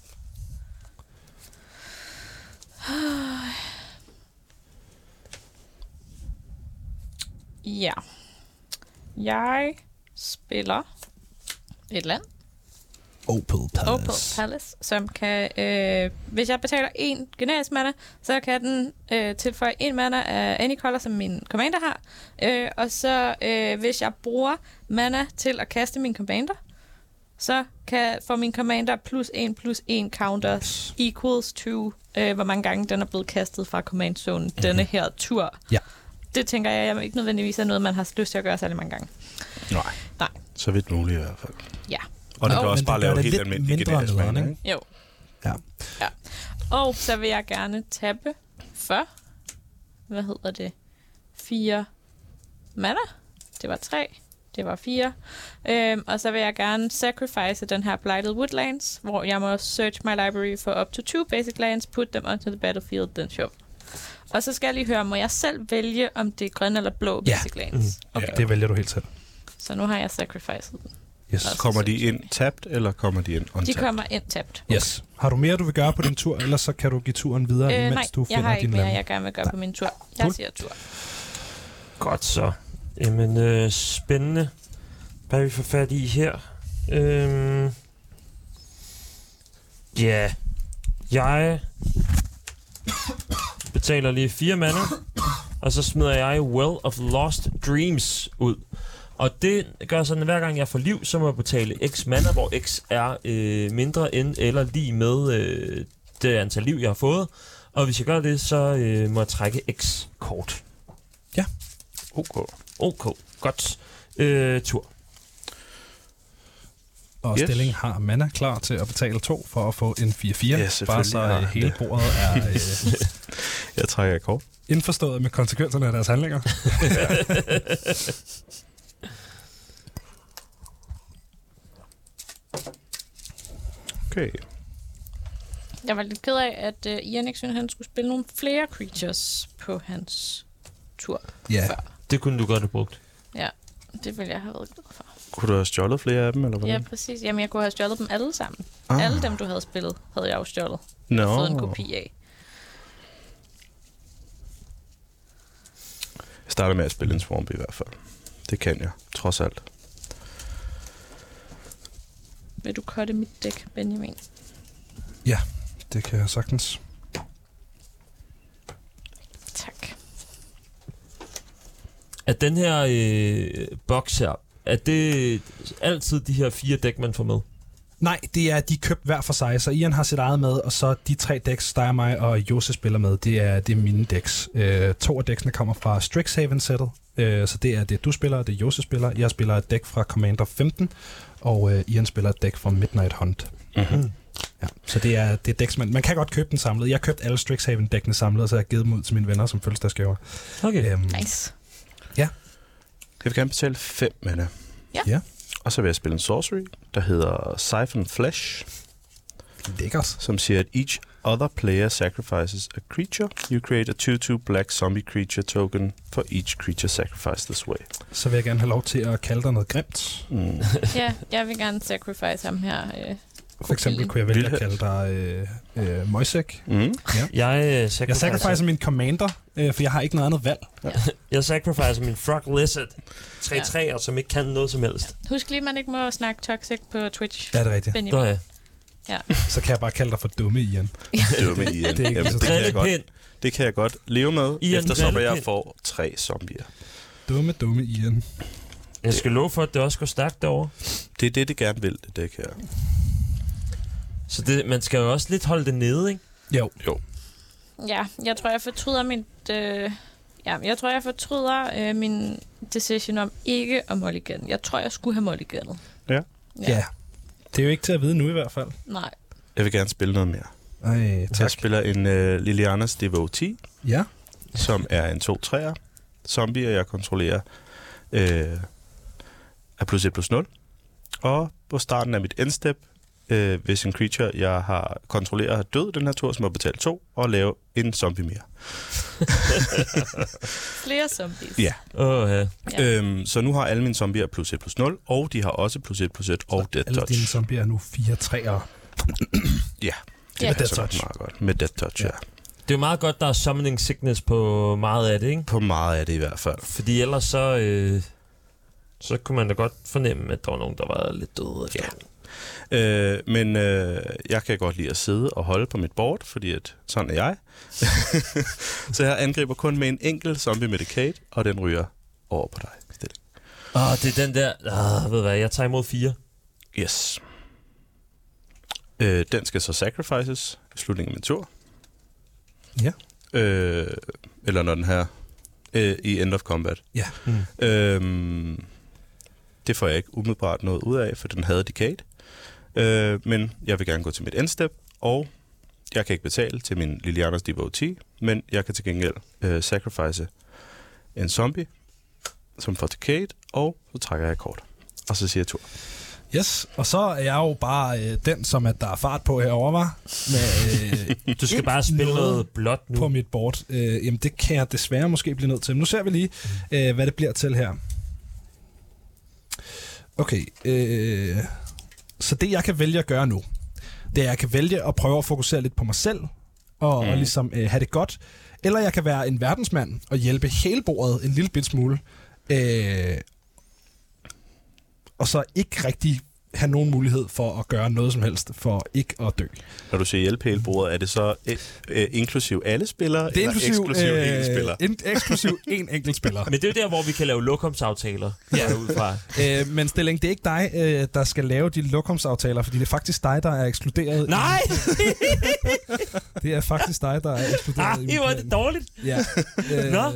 Ja. Jeg spiller et land. Opal Palace. Opal Palace, som kan, øh, hvis jeg betaler en generisk mana, så kan den øh, tilføje en mana af any color, som min commander har. Øh, og så øh, hvis jeg bruger mana til at kaste min commander, så kan få min commander plus en plus en counter Yes. equals to, øh, hvor mange gange den er blevet kastet fra command zone mm-hmm. denne her tur. Ja. Det tænker jeg, jeg ikke nødvendigvis er noget, man har lyst til at gøre særlig mange gange. Nej. Nej. Så vidt muligt i hvert fald. Ja. Og det Og- kan også Men bare det gør lave det helt lidt almindelig mindre generisk nederen, mana, ikke? ikke? Jo. Ja. Ja. Og så vil jeg gerne tappe for, hvad hedder det, fire mana. Det var tre, Det var fire. Øhm, og så vil jeg gerne sacrifice den her Blighted Woodlands, hvor jeg må search my library for up to two basic lands, put them onto the battlefield, then show. Og så skal jeg lige høre, må jeg selv vælge, om det er grøn eller blå Ja. basic lands? Okay. Ja, det vælger du helt selv. Så nu har jeg sacrificed den. Yes. Kommer de ind tabt, eller kommer de ind De untapped? kommer ind tabt. Yes. Har du mere, du vil gøre på din tur, ellers så kan du give turen videre, Øh, imens nej, du jeg finder har ikke din mere, land. jeg gerne vil gøre på min tur. Jeg Cool. siger tur. Godt så. Jamen, øh, spændende. Hvad er vi for fat i her? Øhm... Ja. Yeah. Jeg betaler lige fire mana, og så smider jeg Well of Lost Dreams ud. Og det gør sådan, at hver gang jeg får liv, så må jeg betale x mana, hvor x er øh, mindre end eller lige med øh, det antal liv, jeg har fået. Og hvis jeg gør det, så øh, må jeg trække x kort. Ja. Ok. Ok, godt. Øh, tur. Og Yes. Stilling har mana klar til at betale to for at få en fire fire. Ja, Bare selvfølgelig så har øh, han hele det. bordet er øh, Jeg trækker et kort. indforstået med konsekvenserne af deres handlinger. Okay. Jeg var lidt ked af, at uh, Ian ikke synes, han skulle spille nogle flere creatures på hans tur Ja. før. Det kunne du godt have brugt. Ja, det ville jeg have været glad for. Kunne du have stjålet flere af dem, eller hvad? Ja, præcis. Jamen, jeg kunne have stjålet dem alle sammen. Ah. Alle dem, du havde spillet, havde jeg jo stjålet. Nå. Og fået en kopi af. Jeg starter med at spille en Swampy i hvert fald. Det kan jeg, trods alt. Vil du cutte mit dæk, Benjamin? Ja, det kan jeg sagtens. Tak. At den her øh, boks her, er det altid de her fire dæk, man får med? Nej, det er de er købt hver for sig, så Ian har sit eget med, og så de tre decks, der er mig og Jose spiller med, det er, det er mine decks. Øh, to af decksene kommer fra Strixhaven-sættet, øh, så det er det, du spiller, og det Jose spiller. Jeg spiller et dæk fra Commander femten, og øh, Ian spiller et dæk fra Midnight Hunt. Mm-hmm. Ja, så det er, det er decks, man, man kan godt købe den samlet. Jeg har købt alle Strixhaven-dækkene samlet, og så har jeg givet dem ud til mine venner som fødselsdagsgaver. Okay. Øhm, Nice. Jeg vil gerne betale fem mana. Ja. Ja. Og så vil jeg spille en sorcery, der hedder Siphon Flesh, Lækkert. som siger, at each other player sacrifices a creature. You create a two two black zombie creature token for each creature sacrificed this way. Så vil jeg gerne have lov til at kalde dig noget grimt. Mm. Ja, jeg vil gerne sacrifice ham her. Øh, For eksempel kunne jeg vælge at Vildhelt. kalde dig øh, øh, Moisek. Mm. Jeg, øh, Jeg sacrificer, sacrificer min commander, øh, for jeg har ikke noget andet valg. jeg sacrificer min Frog Lizard. tre tre'er, som ikke kan noget som helst. husk lige, man ikke må snakke toxic på Twitch. Ja, det er rigtigt. Benjamin. Nå ja. Så kan jeg bare kalde dig for dumme, Ian. Dumme Ian. Det er ikke Jamen, så det, kan jeg godt, Drillepind. det kan jeg godt leve med, Ian eftersom jeg Drillepind. får tre zombier. Dumme, dumme Ian. Jeg skal love for, at det også går stærkt derovre. Det er det, det gerne vil, det dæk her. Så det, man skal jo også lidt holde det nede, ikke? Jo. Jo. Ja, jeg tror, jeg fortryder mit... Øh, ja, jeg tror, jeg fortryder øh, min decision om ikke at mulligan. Jeg tror, jeg skulle have mulliganet. Ja. Ja. Ja. Det er jo ikke til at vide nu i hvert fald. Nej. Jeg vil gerne spille noget mere. Ej, Tak. Jeg spiller en uh, Lilianas Devotee, Ja. som er en to tre'er zombie, og jeg kontrollerer øh, er plus et plus nul. Og på starten af mit endstep, øh, hvis en creature, jeg har kontrolleret, har død den her tur, så må jeg betale to og lave en zombie mere. Flere zombies. Ja. Åh, ja. Ja. Øhm, så nu har alle mine zombier plus et plus nul, og de har også plus et plus et og dead Alle dine touch. zombier er nu fire træer. Ja, det Ja. er Med dead så touch. meget godt. Med dead touch, ja. Ja. Det er jo meget godt, der er summoning sickness på meget af det, ikke? På meget af det i hvert fald. Fordi ellers så... Øh, så kunne man da godt fornemme, at der var nogen, der var lidt døde efter. Ja. Øh, men øh, jeg kan godt lide at sidde og holde på mit board, fordi at sådan er jeg. Så jeg angriber kun med en enkelt zombie medicate, og den ryger over på dig. Stilling. Åh, oh, det er den der... Ah, ved du hvad, jeg tager imod fire. Yes. Øh, den skal så sacrifices i slutningen af min tur. Ja. Øh, eller når den her... Øh, I end of combat. Ja. Mm. Øhm, det får jeg ikke umiddelbart noget ud af, for den havde decade. Øh, men jeg vil gerne gå til mit endstep, og jeg kan ikke betale til min Lilianas Devotee, men jeg kan til gengæld øh, sacrifice en zombie, som får Decade, og så trækker jeg et kort. Og så siger jeg tur. Yes, og så er jeg jo bare øh, den, som at der er fart på herovre, var. Med, øh, Du skal bare spille noget blåt nu. På mit board. Øh, jamen, det kan jeg desværre måske blive nødt til. Nu ser vi lige, øh, hvad det bliver til her. Okay, øh, så det jeg kan vælge at gøre nu, det er, at jeg kan vælge at prøve at fokusere lidt på mig selv, og, mm. og ligesom øh, have det godt. Eller jeg kan være en verdensmand og hjælpe hele bordet en lille bit smule. Øh, og så ikke rigtig have nogen mulighed for at gøre noget som helst, for ikke at dø. Når du siger hjælpe hele bordet, er det så øh, øh, inklusiv alle spillere, det er eller inklusiv, eksklusiv øh, en spiller? En, eksklusiv en enkelt spiller. Men det er jo der, hvor vi kan lave lokumsaftaler. Ja, ud fra. Øh, men Stilling, det er ikke dig, øh, der skal lave de lokumsaftaler, fordi det er faktisk dig, der er ekskluderet. Nej! I, det er faktisk dig, der er ekskluderet. Ah, i var det dårligt. Ja. Øh, Nå?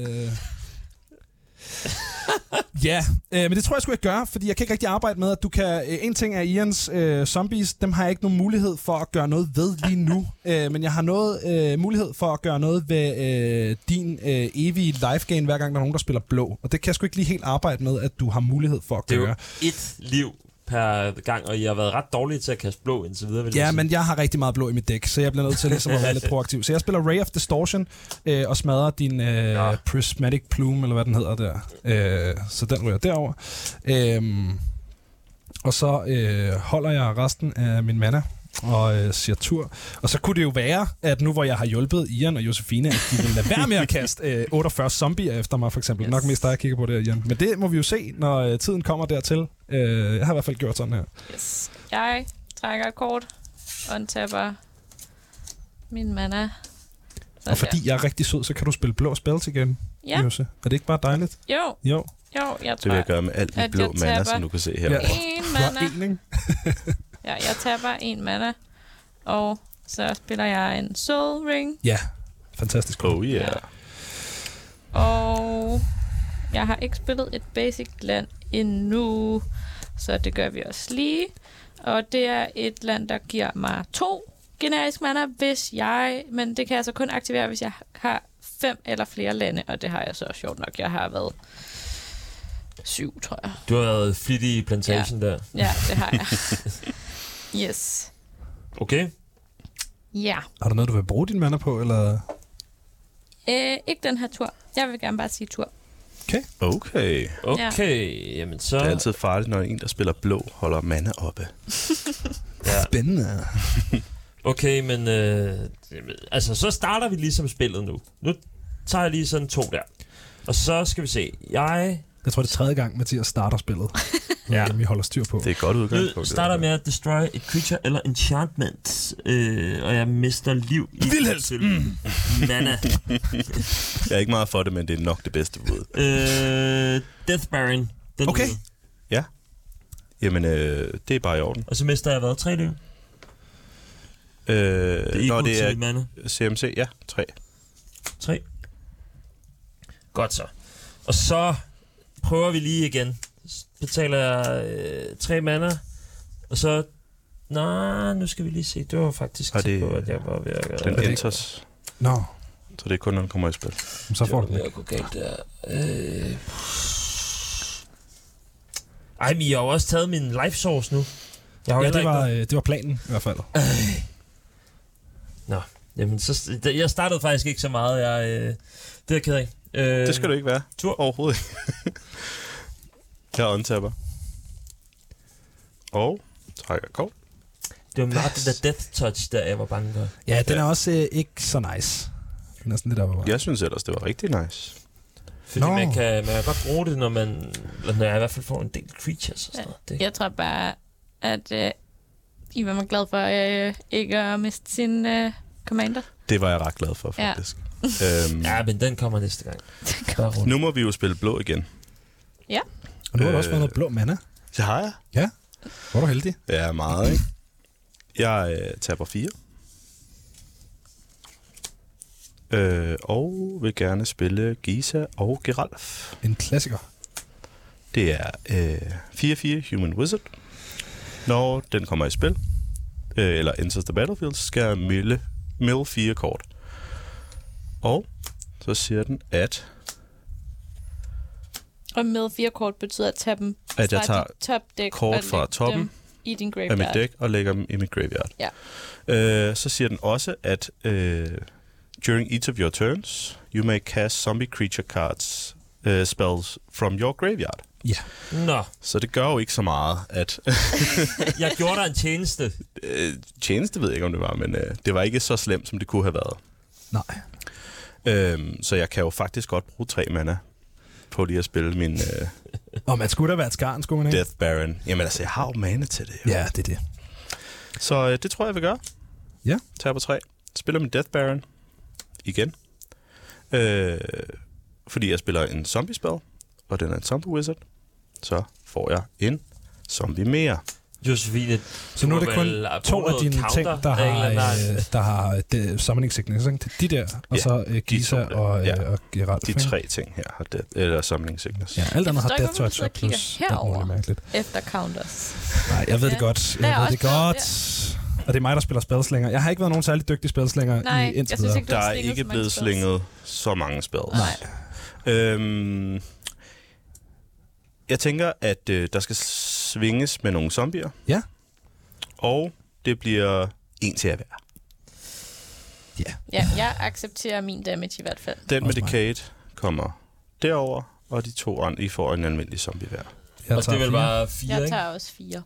Ja, øh, men det tror jeg sgu ikke gøre, fordi jeg kan ikke rigtig arbejde med, at du kan... Øh, en ting er Ians øh, zombies, dem har jeg ikke nogen mulighed for at gøre noget ved lige nu. øh, men jeg har noget øh, mulighed for at gøre noget ved øh, din øh, evige life gain, hver gang der er nogen, der spiller blå. Og det kan jeg sgu ikke lige helt arbejde med, at du har mulighed for at gøre. Det er jo et liv per gang, og I har været ret dårlige til at kaste blå indtil videre. Vil ja, sige. men jeg har rigtig meget blå i mit dæk, så jeg bliver nødt til ligesom at være lidt proaktiv. Så jeg spiller Ray of Distortion øh, og smadrer din øh, ja. Prismatic Plume, eller hvad den hedder der. Øh, så den ryger derover. Øh, og så øh, holder jeg resten af min mana og øh, siger tur. Og så kunne det jo være, at nu hvor jeg har hjulpet Ian og Josefine, at de vil lade være med at kaste øh, otteogfyrre zombier efter mig, for eksempel. Yes. Nok mest dig, jeg kigger på det, Ian. Men det må vi jo se, når øh, tiden kommer dertil. Øh, jeg har i hvert fald gjort sådan her. Yes. Jeg trækker et kort og untapper min mana. Og fordi jeg er rigtig sød, så kan du spille blå spells igen, ja. Jose. Er det ikke bare dejligt? Jo. Jo. Jo, jeg tror, det vil jeg gøre med alt mit blå mana, som du kan se her. Ja. En mana. En, ikke? Ja, jeg tapper en mana, og så spiller jeg en Soul Ring. Ja, fantastisk. Oh yeah. Ja. Og jeg har ikke spillet et basic land endnu, så det gør vi også lige. Og det er et land, der giver mig to generisk mana, hvis jeg... Men det kan jeg så kun aktivere, hvis jeg har fem eller flere lande, og det har jeg så sjovt nok. Jeg har været syv, tror jeg. Du har været flittig i plantation ja. der. Ja, det har jeg. Yes. Okay. Ja. Har du noget, du vil bruge din mana på, eller...? Øh, ikke den her tur. Jeg vil gerne bare sige tur. Okay. Okay. Okay, jamen så... Det er altid farligt, når en, der spiller blå, holder mana oppe. Ja. Spændende. Okay, men... Øh, altså, så starter vi ligesom spillet nu. Nu tager jeg lige sådan to der. Og så skal vi se. Jeg... Jeg tror, det er tredje gang, Mathias starter spillet. Ja. Vi holder styr på. Det er et godt udgangspunkt. Nu starter med at destroy et creature eller enchantment. Øh, og jeg mister liv i til mm. mana. Jeg er ikke meget for det, men det er nok det bedste bud. Øh, Death Baron. Den okay. Ud. Ja. Jamen, øh, det er bare i orden. Og så mister jeg hvad? Tre liv? Øh, det er når det er mana. C M C, ja. Tre. Tre. Godt så. Og så prøver vi lige igen. Så betaler jeg øh, tre mana. Og så... Nej, nu skal vi lige se. Det var faktisk det, til på, at jeg var ved at gøre... Den enters. Nå. No. Så det er kun, når den kommer i spil. Så får du den ikke. Galt der. Øh... Ej, men jeg har jo også taget min life source nu. Jeg har ja, det var, det var planen i hvert fald. Øh. Nå, jamen så... Jeg startede faktisk ikke så meget. Jeg, øh, det er ked af. Øh, det skal du ikke være. Tur. Overhovedet ikke. Jeg untapper. Og trækker kort. Det var meget det der death touch, der jeg var bange for. Ja, den er også øh, ikke så nice. Den er sådan lidt op. Jeg synes ellers, det var rigtig nice. Fordi no. man, kan, man kan godt bruge det, når man når jeg i hvert fald får en del creatures og sådan noget. Det. Jeg tror bare, at øh, I var glad for øh, ikke at miste sin øh, commander. Det var jeg ret glad for, faktisk. Ja, øhm, ja men den kommer næste gang. Nu må vi jo spille blå igen. Ja. Og nu har du også fået noget blå mana. Det har jeg. Ja. Hvor er du heldig. Ja, meget, ikke? Jeg øh, taber fire. Øh, og vil gerne spille Giza og Geralf. En klassiker. Det er øh, fire fire Human Wizard. Når den kommer i spil, øh, eller enters the battlefield, skal jeg mille, mille fire kort. Og så siger den, at... Og med fire kort betyder at tage dem At jeg tager top deck kort fra toppen i din af graveyard. mit dæk og lægger dem i mit graveyard. Ja. Øh, så siger den også, at øh, during each of your turns, you may cast zombie creature cards uh, spells from your graveyard. Ja. Nå, Så det gør jo ikke så meget, at... jeg gjorde dig en tjeneste. øh, tjeneste ved jeg ikke, om det var, men øh, det var ikke så slemt, som det kunne have været. Nej. Øhm, så jeg kan jo faktisk godt bruge tre mana på lige at spille min øh, Og man skulle da være et skarn, skulle man ikke? Death Baron. Jamen altså, jeg har jo mana til det. Jo. Ja, det er det. Så øh, det tror jeg, jeg vil gøre. Ja. Tager på tre. Spiller min Death Baron igen. Øh, fordi jeg spiller en zombie-spell, og den er en zombie wizard. Så får jeg en zombie mere. Josefine, Så nu er det kun vel to af dine ting, der har, eller øh, der har det, Summoning Sickness, ikke? De der, og Ja, så øh, Giza de to der. og, øh, Ja. og Geralt. De tre ting her har death, eller Summoning Sickness. Ja, alt andet har Jeg Death forstår ikke, Touch hvorfor og du sidder og plus kigger alt muligt herover. mærkeligt. Efter counters. Nej, jeg ved det Ja. godt. Der er Jeg ved det også godt. Og det er mig, der spiller spelslinger. Jeg har ikke været nogen særlig dygtig spelslinger Nej, i jeg indtil synes videre. ikke, du Der har er slinget ikke så mange blevet spells. slinget så mange spells. Nej. Øhm, jeg tænker, at øh, der skal svinges med nogle zombier. Ja. Og det bliver en til at være. Ja. Ja, jeg accepterer min damage i hvert fald. Den med Også mig. Decade kommer derover, og de to andre, I får en almindelig zombie hver. Jeg Og det er tager vel fire. bare fire, Jeg ikke? tager også fire.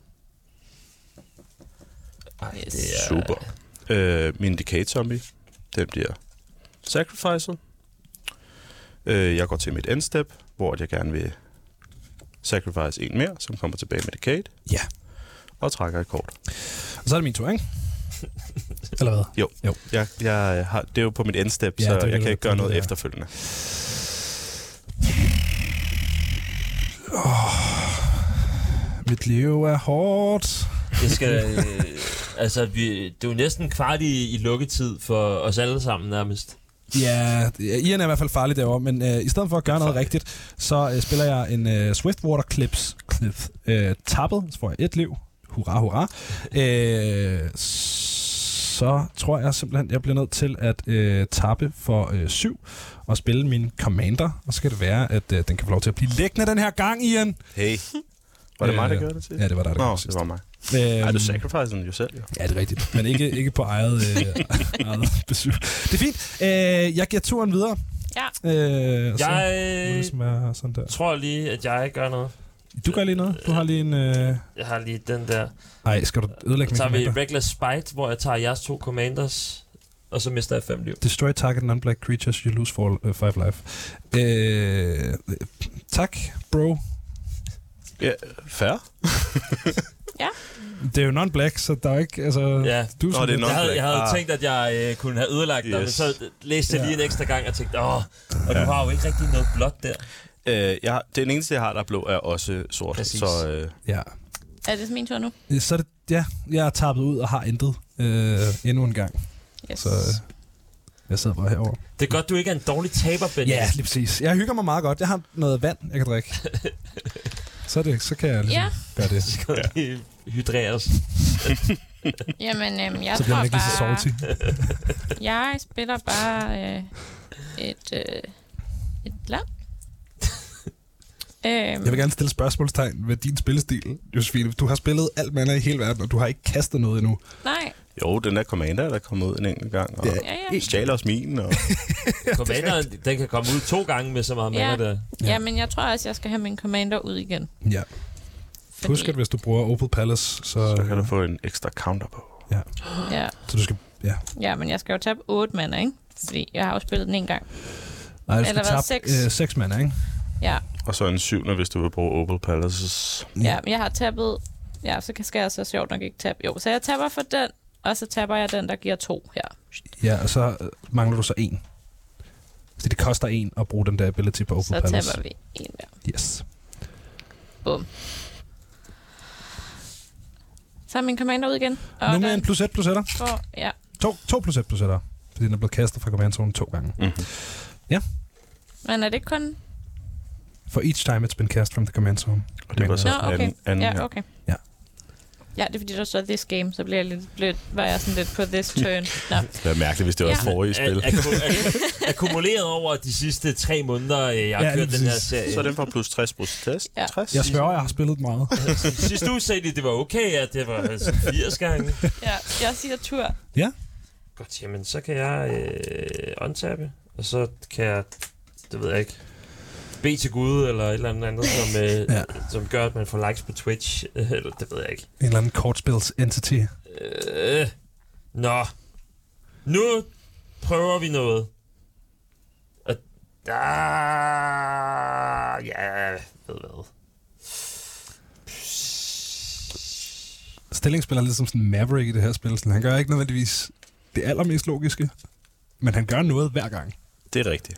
Ej, Yes. det er... Super. Øh, min Decade zombie, den bliver sacrificed. Øh, jeg går til mit endstep, hvor jeg gerne vil sacrifice en mere, som kommer tilbage med Decade. Ja. Og trækker et kort. Og så er det min tur, ikke? Eller hvad? Jo. Jo. Jeg, jeg har, det er jo på mit endstep, Ja, ja, det så er jeg det, kan ikke det gøre er noget det, ja. efterfølgende. Mit liv er hårdt. Det skal... Øh, altså, vi, det er jo næsten kvart i, i lukketid for os alle sammen nærmest. Ja, Ian er i hvert fald farlig derovre, men øh, i stedet for at gøre noget rigtigt, så øh, spiller jeg en øh, Swiftwater Clips clip, øh, tappet, så får jeg et liv. Hurra, hurra. Øh, så tror jeg simpelthen, jeg bliver nødt til at øh, tappe for øh, syv og spille min Commander, og så kan det være, at øh, den kan få lov til at blive liggende den her gang, Ian. Hey. Var det mig, der Øh, gjorde det til? Ja, det var der, der Nå, gjorde det sidst. var mig. Øhm, Ej, du sacrificer den jo selv, jo. Ja, det er rigtigt. Men ikke, ikke på eget, øh, eget besøg. Det er fint. Øh, jeg giver turen videre. Ja. Øh, og så må Jeg det være sådan der. tror lige, at jeg gør noget. Du gør lige noget. Du har lige en... Øh... Jeg har lige den der. Ej, skal du ødelægge Så min tager vi commander? Reckless Spite, hvor jeg tager jeres to commanders, og så mister jeg fem liv. Destroy target non-black creatures, you lose for uh, five life. Øh, tak, bro. Ja, fair. Ja. Det er jo non-black, så der er ikke... Altså, Ja. du er Nå, sådan det er lidt- Jeg havde, jeg havde Ah. tænkt, at jeg øh, kunne have ødelagt dig, men Yes. så læste jeg lige Ja. en ekstra gang og tænkte, åh, og du har jo ikke rigtig noget blåt der. Øh, jeg, har- den eneste, jeg har, der er blå, er også sort. Præcis. Så øh, Ja. Er det min tur nu? Så er det... Ja, jeg er tappet ud og har intet øh, endnu en gang. Yes. Så øh, jeg sidder bare herovre. Det er godt, du ikke er en dårlig taber, Benny. Ja, lige præcis. Jeg hygger mig meget godt. Jeg har noget vand, jeg kan drikke. så, er det, så kan jeg ligesom Ja. gøre det. Så skal vi hydreres. Jamen, øhm, jeg Så bliver tror man ikke lige så bare... salty. Jeg spiller bare øh, et, øh, et land. øhm, Jeg vil gerne stille spørgsmålstegn ved din spillestil, Josefine. Du har spillet alt mana i hele verden, og du har ikke kastet noget endnu. nej, jo, den der Commander, der kom ud en enkelt gang, og Ja. ja, ja. stjal også min. Og Commanderen, den kan komme ud to gange med så meget Ja. mana der. Ja. Ja, men jeg tror også, jeg skal have min commander ud igen. Ja. Fordi, Husk, at hvis du bruger Opal Palace, så... så kan du få en ekstra counter på. ja, Så du skal... Ja. ja, men jeg skal jo tabe otte mana, ikke? Fordi jeg har jo spillet den en gang. Nej, du skal Eller hvad, tabe seks? øh, seks mana, ikke? Ja, Og så en syvende, hvis du vil bruge Opal Palaces. ja, men jeg har tabet... Ja, så skal jeg så sjovt nok ikke tabe. Jo, så jeg taber for den, og så taber jeg den, der giver to her. Ja, og så øh, mangler du så en. Så det koster en at bruge den der ability på Opal Så Palace. taber vi en mere. Yes. Bum. Så er min commander ud igen. Og Nu med den en plus et plus etter. får... Ja, To, to plus et plus etter. Fordi den er blevet kastet fra command zone to gange. Mm-hmm. men er det ikke kun... For each time it's been cast from the command zone. Og det var så Nå, okay. anden, anden Ja, her. okay. Ja, det er fordi, der står this game, så bliver jeg lidt blødt, var jeg sådan lidt på this turn. Nå. Det er mærkeligt, hvis det var Ja. forrige spil. Ak- ak- ak- akkumuleret over de sidste tre måneder, øh, jeg har Ja, ja, kørt lige den her præcis. serie. Så er den fra plus tres plus tres. Ja. tres. Jeg sværger, jeg har spillet meget. Sidste uge sagde de, det var okay, at det var sådan firs gange. Ja, jeg siger tur. Ja. Godt, jamen så kan jeg øh, untappe, og så kan jeg, det ved jeg ikke, bede til Gud eller et eller andet andet, som, øh, Ja. ja. som gør, at man får likes på Twitch. Eller, det ved jeg ikke. En eller anden kortspils entity. Øh, nå. Nu prøver vi noget. Og der... Ja, ved hvad. Stilling spiller lidt som sådan en Maverick i det her spil. Sådan, han gør ikke nødvendigvis det allermest logiske, men han gør noget hver gang. Det er rigtigt.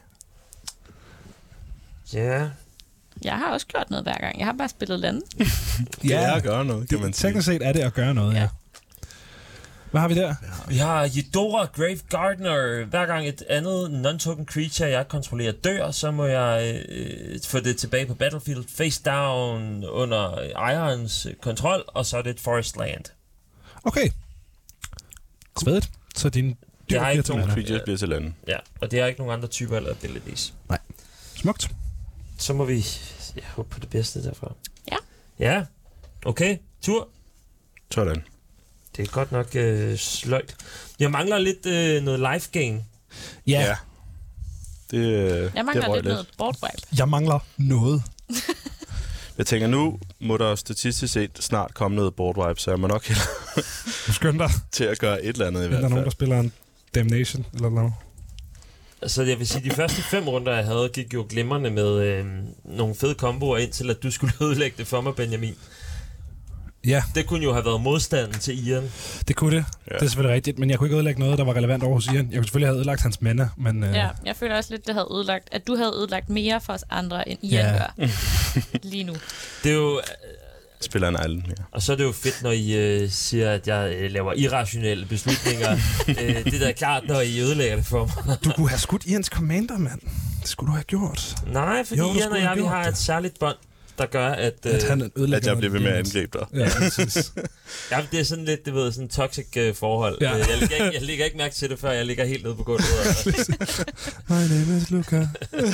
Ja. Jeg har også gjort noget hver gang. Jeg har bare spillet lande. Det er at gøre noget, kan man det, sige. teknisk set er det at gøre noget, ja. Ja. ja. Hvad har vi der? Vi har Eudora Grave Gardener. Hver gang et andet non-token creature, jeg kontrollerer, dør, så må jeg øh, få det tilbage på battlefield face down under ejerens kontrol, og så er det et forest land. Okay. Svedigt. Så din dyr Det har bliver ikke til nogen mana. Creatures bliver til lande. Ja, og det er ikke nogen andre typer eller abilities. Smukt. Så må vi ja, håbe på det bedste derfra. Ja. Ja, okay. Tur. Sådan. Det er godt nok øh, sløjt. Jeg mangler lidt øh, noget life gain. Ja, Det, øh, Jeg mangler det røg lidt noget board wipe. jeg mangler noget. Jeg tænker, nu må der statistisk set snart komme noget board wipe, så jeg må nok hellere Du skynder dig. til at gøre et eller andet i Er hvert der nogen, der fald. spiller en Damnation eller noget? Så jeg vil sige, de første fem runder, jeg havde, gik jo glimrende med øh, nogle fede komboer ind til, at du skulle ødelægge det for mig, Benjamin. Ja, Det kunne jo have været modstanden til Ian. det kunne det. Ja. Det er selvfølgelig rigtigt, men jeg kunne ikke ødelægge noget, der var relevant over hos Ian. Jeg kunne selvfølgelig have ødelagt hans mana, men... Øh, Ja, jeg føler også lidt, det havde ødelagt, at du havde ødelagt mere for os andre, end Ian Ja. gør lige nu. Det er jo... Spiller en island mere. Og så er det jo fedt, når I øh, siger, at jeg øh, laver irrationelle beslutninger. øh, det er da klart, når I ødelægger det for mig. Du kunne have skudt Ians commander, mand. Det skulle du have gjort. Nej, fordi Jo, du Ian og skulle jeg, have vi gjort har det. et særligt bånd, der gør, at... Øh, At han ødelægger At jeg bliver ved med at noget. angribe dig. Ja, præcis. ja, det er sådan lidt, det ved, sådan en toxic øh, forhold. Ja. Ja. Jeg, lægger ikke, jeg lægger ikke mærke til det, før jeg ligger helt nede på gulvet. Og, My name is Luca.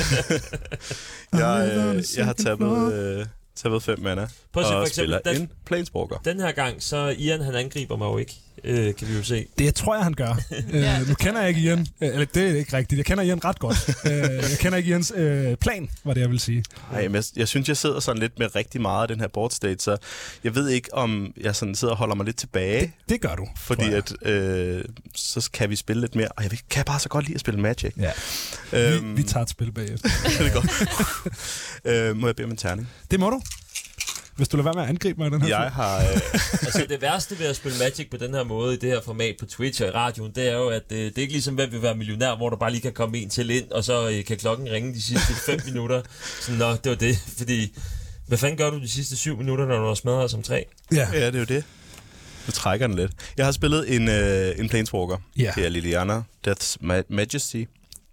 Jeg, øh, jeg har tappet, øh, tappet fem mana Prøv at se, for og eksempel, spiller den- en planeswalker. den her gang, så Ian, han angriber mig jo ikke, øh, kan vi jo se. Det tror jeg, han gør. Ja. øh, nu kender jeg ikke Ian. Øh, Eller det er ikke rigtigt. Jeg kender Ian ret godt. øh, jeg kender ikke Ians øh, plan, var det, jeg vil sige. Ej, men jeg, jeg synes, jeg sidder sådan lidt med rigtig meget af den her board state, så jeg ved ikke, om jeg sådan sidder og holder mig lidt tilbage, Det, det gør du. fordi tror jeg. at øh, så kan vi spille lidt mere. Og jeg vil- kan bare så godt lide at spille Magic. Ja. Øhm, Vi, vi tager et spil bagefter. det er godt. øh, må jeg bede om en terning? Det må du. Hvis du lader være med at angribe mig i den her Jeg har... Øh, Altså, det værste ved at spille Magic på den her måde, i det her format på Twitch og i radioen, det er jo, at øh, det er ikke ligesom, hvem vil være millionær, hvor der bare lige kan komme en til ind, og så øh, kan klokken ringe de sidste fem minutter. Så nå, det var det, fordi... Hvad fanden gør du de sidste syv minutter, når du har smadret som tre? Ja. ja, det er jo det. Du trækker den lidt. Jeg har spillet en, øh, en Planeswalker. Ja. Det er Liliana, Death's Ma- Majesty.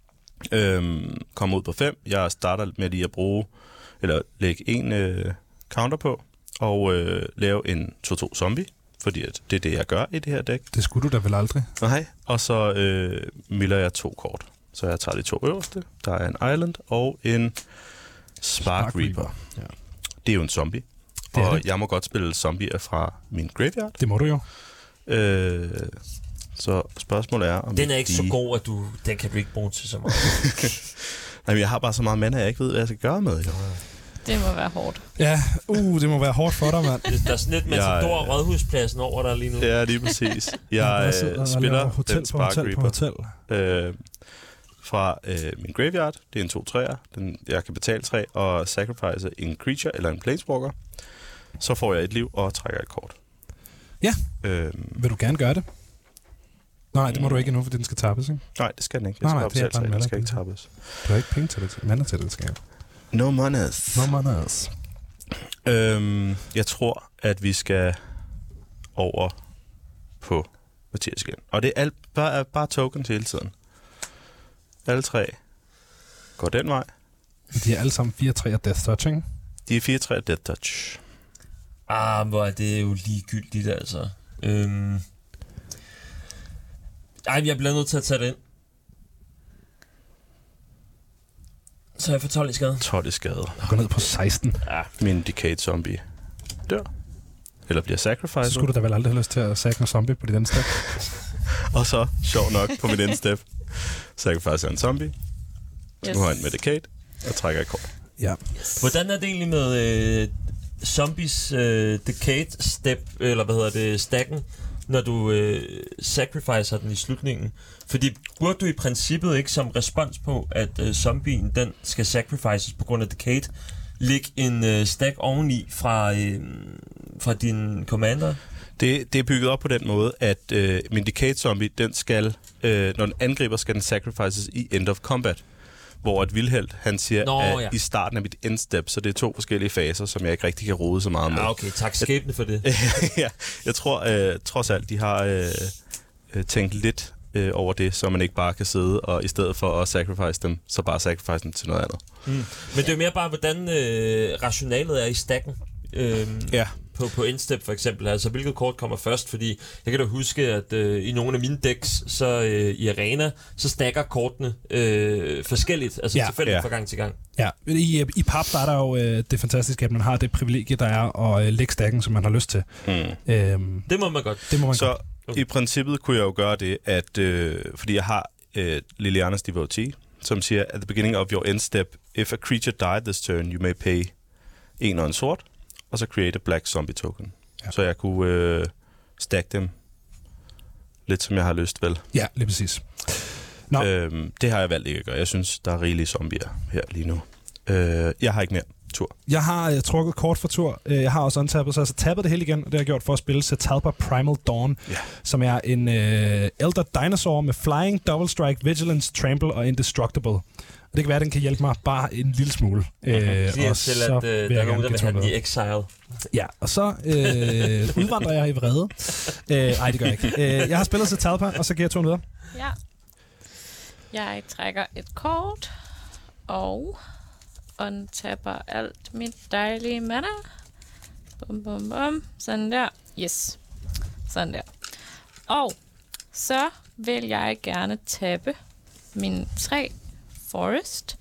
Øhm, kom ud på fem. Jeg starter med lige at bruge, eller lægge en øh, counter på, og øh, lave en to to zombie, fordi at det er det, jeg gør i det her dæk. Det skulle du da vel aldrig. Nej. Og så øh, milder jeg to kort. Så jeg tager de to øverste. Der er en Island og en Spark, Spark Reaper. Reaper. Ja. Det er jo en zombie. Det er og det. jeg må godt spille zombier fra min graveyard. Det må du jo. Øh, så spørgsmålet er, om Den er ikke de... så god, at du, den kan du ikke bruge til så meget. Nej, men jeg har bare så meget mana, jeg ikke ved, hvad jeg skal gøre med. Jo. Det må være hårdt. Ja, uh, det må være hårdt for dig, mand. Der er sådan lidt Matador og Rådhuspladsen over der lige nu. Ja, lige præcis. Jeg Jeg sidder øh, og spiller laver hotel den på Spark hotel på Reaper hotel. øh, fra øh, min graveyard. Det er en to træer. Den, jeg kan betale tre og sacrifice en creature eller en planeswalker. Så får jeg et liv og trækker et kort. Ja. Øhm, Vil du gerne gøre det? Nej, det må du ikke endnu, fordi den skal tappes, ikke? nej, det skal den ikke. Nej, Jeg nej, skal det er optage bare en tre. Den skal mana. ikke tappes. Du har ikke penge til det. Mander til det, skal jeg. No monies. No manners. Øhm, jeg tror, at vi skal over på Mathias igen. Og det er alt, bare, bare tokens hele tiden. Alle tre går den vej. De er alle sammen fire tre af Death Touch, ikke? De er fire tre Death Touch. Ah, hvor er det jo ligegyldigt, altså. Øhm... Ej, jeg bliver nødt til at tage det ind. Så jeg får tolv i skade. tolv i skade. Gå ned på seksten. Ja, min Decayed Zombie dør. Eller bliver sacrificed. Så skulle du da vel aldrig have lyst til at sack en zombie på dit andet step. Og så, sjov nok, på mit endstep, sacrifice en zombie. Yes. Nu har jeg med Decayed og trækker et kort. Ja. Yes. Hvordan er det egentlig med øh, zombies øh, Decayed step, eller hvad hedder det, stacken, når du øh, sacrificer den i slutningen? Fordi burde du i princippet ikke som respons på, at øh, zombien den skal sacrifices på grund af Decayed, ligge en øh, stack oveni fra, øh, fra din commander? Det, det er bygget op på den måde, at øh, min Decayed Zombie, den skal, øh, når den angriber, skal den sacrifices i End of Combat. Hvor et Vilheld, han siger, Nå, at ja. i starten af mit endstep, så det er to forskellige faser, som jeg ikke rigtig kan rode så meget med. Ja, okay. Tak skæbne for det. Ja, jeg tror øh, trods alt, de har øh, øh, tænkt lidt øh, over det, så man ikke bare kan sidde og i stedet for at sacrifice dem, så bare sacrifice dem til noget andet. Mm. Men det er jo mere bare, hvordan øh, rationalet er i stacken. Øh, Ja. På, på endstep for eksempel, altså hvilket kort kommer først, fordi jeg kan da huske, at øh, i nogle af mine decks, så øh, i Arena, så stacker kortene øh, forskelligt, altså Ja. tilfældigt Ja. fra gang til gang. Ja, i, i pap der er der jo øh, det fantastiske, at man har det privilegie, der er at øh, lægge stacken, som man har lyst til. Mm. Øhm, Det må man godt. det må man Så godt. i princippet kunne jeg jo gøre det, at øh, fordi jeg har øh, Lilianas Devotee, som siger, at the beginning of your end step, if a creature died this turn, you may pay en og en sort, og så create a black zombie token. Ja. Så jeg kunne øh, stack dem lidt, som jeg har lyst, vel? Ja, lige præcis. Nå. Øhm, det har jeg valgt ikke at gøre. Jeg synes, der er rigelige zombier her lige nu. Øh, jeg har ikke mere tur. Jeg har øh, trukket kort for tur. Øh, Jeg har også untappet, så jeg har tappet det hele igen, og det har jeg gjort for at spille Zetalpa Primal Dawn, Ja. som er en øh, Elder Dinosaur med Flying, Double Strike, Vigilance, Trample og Indestructible. Og det kan være, at den kan hjælpe mig bare en lille smule. Øh, Siger og til, så at øh, vil der jeg er nogen, gerne der vil give have den to i med. exile. Ja, og så øh, udvandrer jeg i vrede. Øh, ej, det gør jeg ikke. Øh, jeg har spillet Zetalpa, og så giver jeg to videre. Ja. Jeg trækker et kort, og untapper alt mit dejlige mana. Bum, bum, bum. Sådan der. Yes. Sådan der. Og så vil jeg gerne tappe mine tre forest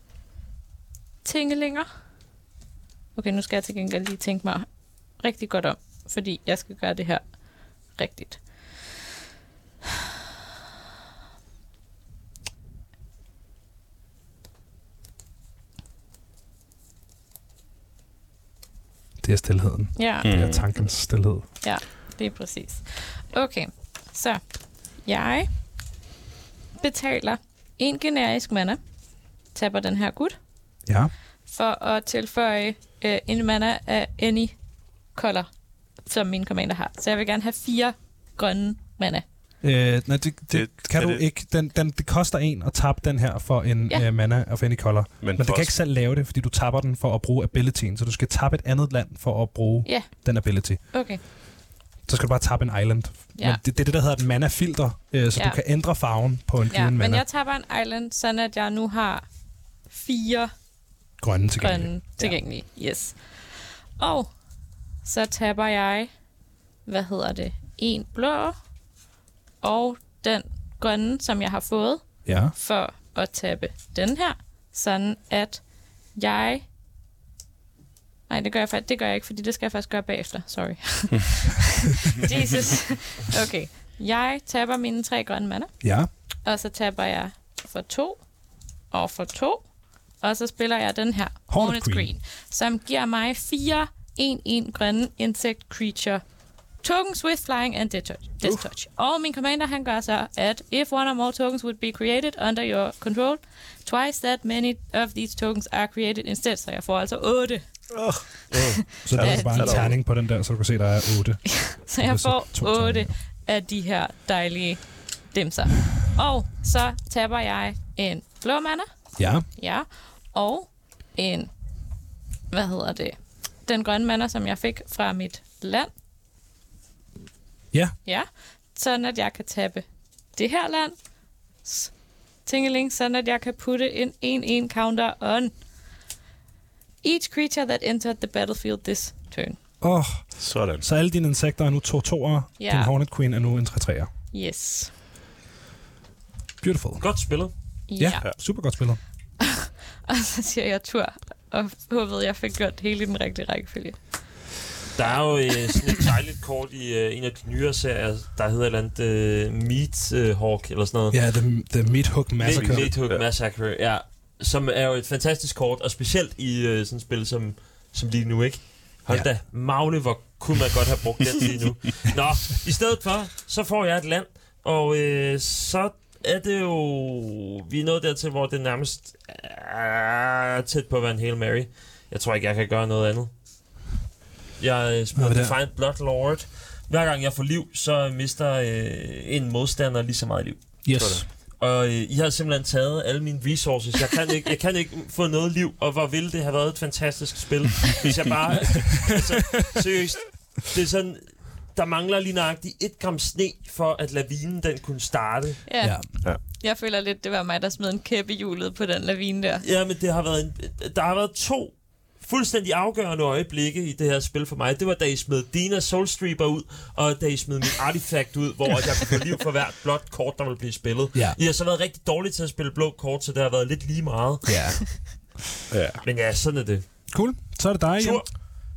tingelinger. Okay, nu skal jeg til gengæld lige tænke mig rigtig godt om, fordi jeg skal gøre det her rigtigt. Det er stillheden. Ja. Det er tankens stillhed. Ja, det er præcis. Okay, så jeg betaler en generisk mana, tapper den her gut, Ja. for at tilføje øh, en mana af any color, som min commander har. Så jeg vil gerne have fire grønne mana. Øh, nej, det, det, Det- det kan er du det- ikke. Den, den, det koster en at tappe den her for en Ja. ja. uh, mana of any color. Men, Men det for kan ikke selv lave det, fordi du tapper den for at bruge abilityen. Så du skal tappe et andet land for at bruge Ja. den ability. Okay. Så skal du bare tappe en island. Ja. Men det, det er det, der hedder et mana-filter, øh, så Ja. du kan ændre farven på en Ja, given men mana. jeg tapper en island, sådan at jeg nu har fire Grønne tilgængelige. grønne tilgængelige. Yes. Og så tapper jeg, hvad hedder det, en blå, og den grønne, som jeg har fået, Ja. for at tappe den her, sådan at jeg... Nej, det gør jeg faktisk, det gør jeg ikke, fordi det skal jeg faktisk gøre bagefter. Sorry. Jesus. Okay. Jeg tapper mine tre grønne mana, Ja. og så tapper jeg for to, og for to, og så spiller jeg den her, Hornet Hornet Queen. Queen, som giver mig fire en en grønne insect creature tokens with flying and death touch. Death touch. Og min commander, han gør så, at if one or more tokens would be created under your control, twice that many of these tokens are created instead. Så jeg får altså otte. Så der Ja, er bare en de- terning på den der, så du kan se, der er otte. Så Det er jeg så får to otte terninger. af de her dejlige dimser. Og så tapper jeg en blå mana. Ja. Ja. Og en, hvad hedder det, den grønne mana, som jeg fik fra mit land. Ja. Ja. Sådan at jeg kan tappe det her land. S- Tingeling, sådan at jeg kan putte en en en counter on each creature that entered the battlefield this turn. Åh, oh, Sådan. så alle dine insekter er nu to toer. Ja. Din Hornet Queen er nu en tre treer. Yes. Beautiful. Godt spillet. Ja. Ja, super godt spillet. Og så siger jeg tur, og håbede, jeg fik gjort det hele i den rigtige rækkefølge. Der er jo øh, sådan et dejligt kort i øh, en af de nyere serier, der hedder et eller andet øh, Meat øh, Hawk, eller sådan noget. Ja, The, the Meat Hook Massacre. Meat Hook Massacre, ja. Som er jo et fantastisk kort, og specielt i øh, sådan et spil som, som lige nu, ikke? Hold ja. da, Magne, hvor kunne man godt have brugt den lige nu. Nå, i stedet for, så får jeg et land, og øh, så er det jo... Vi er nået dertil, hvor det nærmest er tæt på at være en Hail Mary. Jeg tror ikke, jeg kan gøre noget andet. Jeg øh, spiller Defiant Bloodlord. Hver gang jeg får liv, så mister øh, en modstander lige så meget liv. Yes. Og øh, I har simpelthen taget alle mine resources. Jeg kan ikke, jeg kan ikke få noget liv, og hvor ville det have været et fantastisk spil, hvis jeg bare... altså, seriøst, det er sådan... Der mangler lige nøjagtigt et gram sne, for at lavinen den kunne starte. Ja. Ja. Ja. Jeg føler lidt, det var mig, der smed en kæppe i hjulet på den lavine der. Ja, men det har været en, der har været to fuldstændig afgørende øjeblikke i det her spil for mig. Det var, da I smed Dina Soulstreaper ud, og da I smed min artifact ud, hvor jeg kunne få liv for hvert blåt kort, der ville blive spillet. Ja. I har så været rigtig dårlige til at spille blå kort, så det har været lidt lige meget. Ja. Ja. Men ja, sådan er det. Cool. Så er det dig igen. Tur.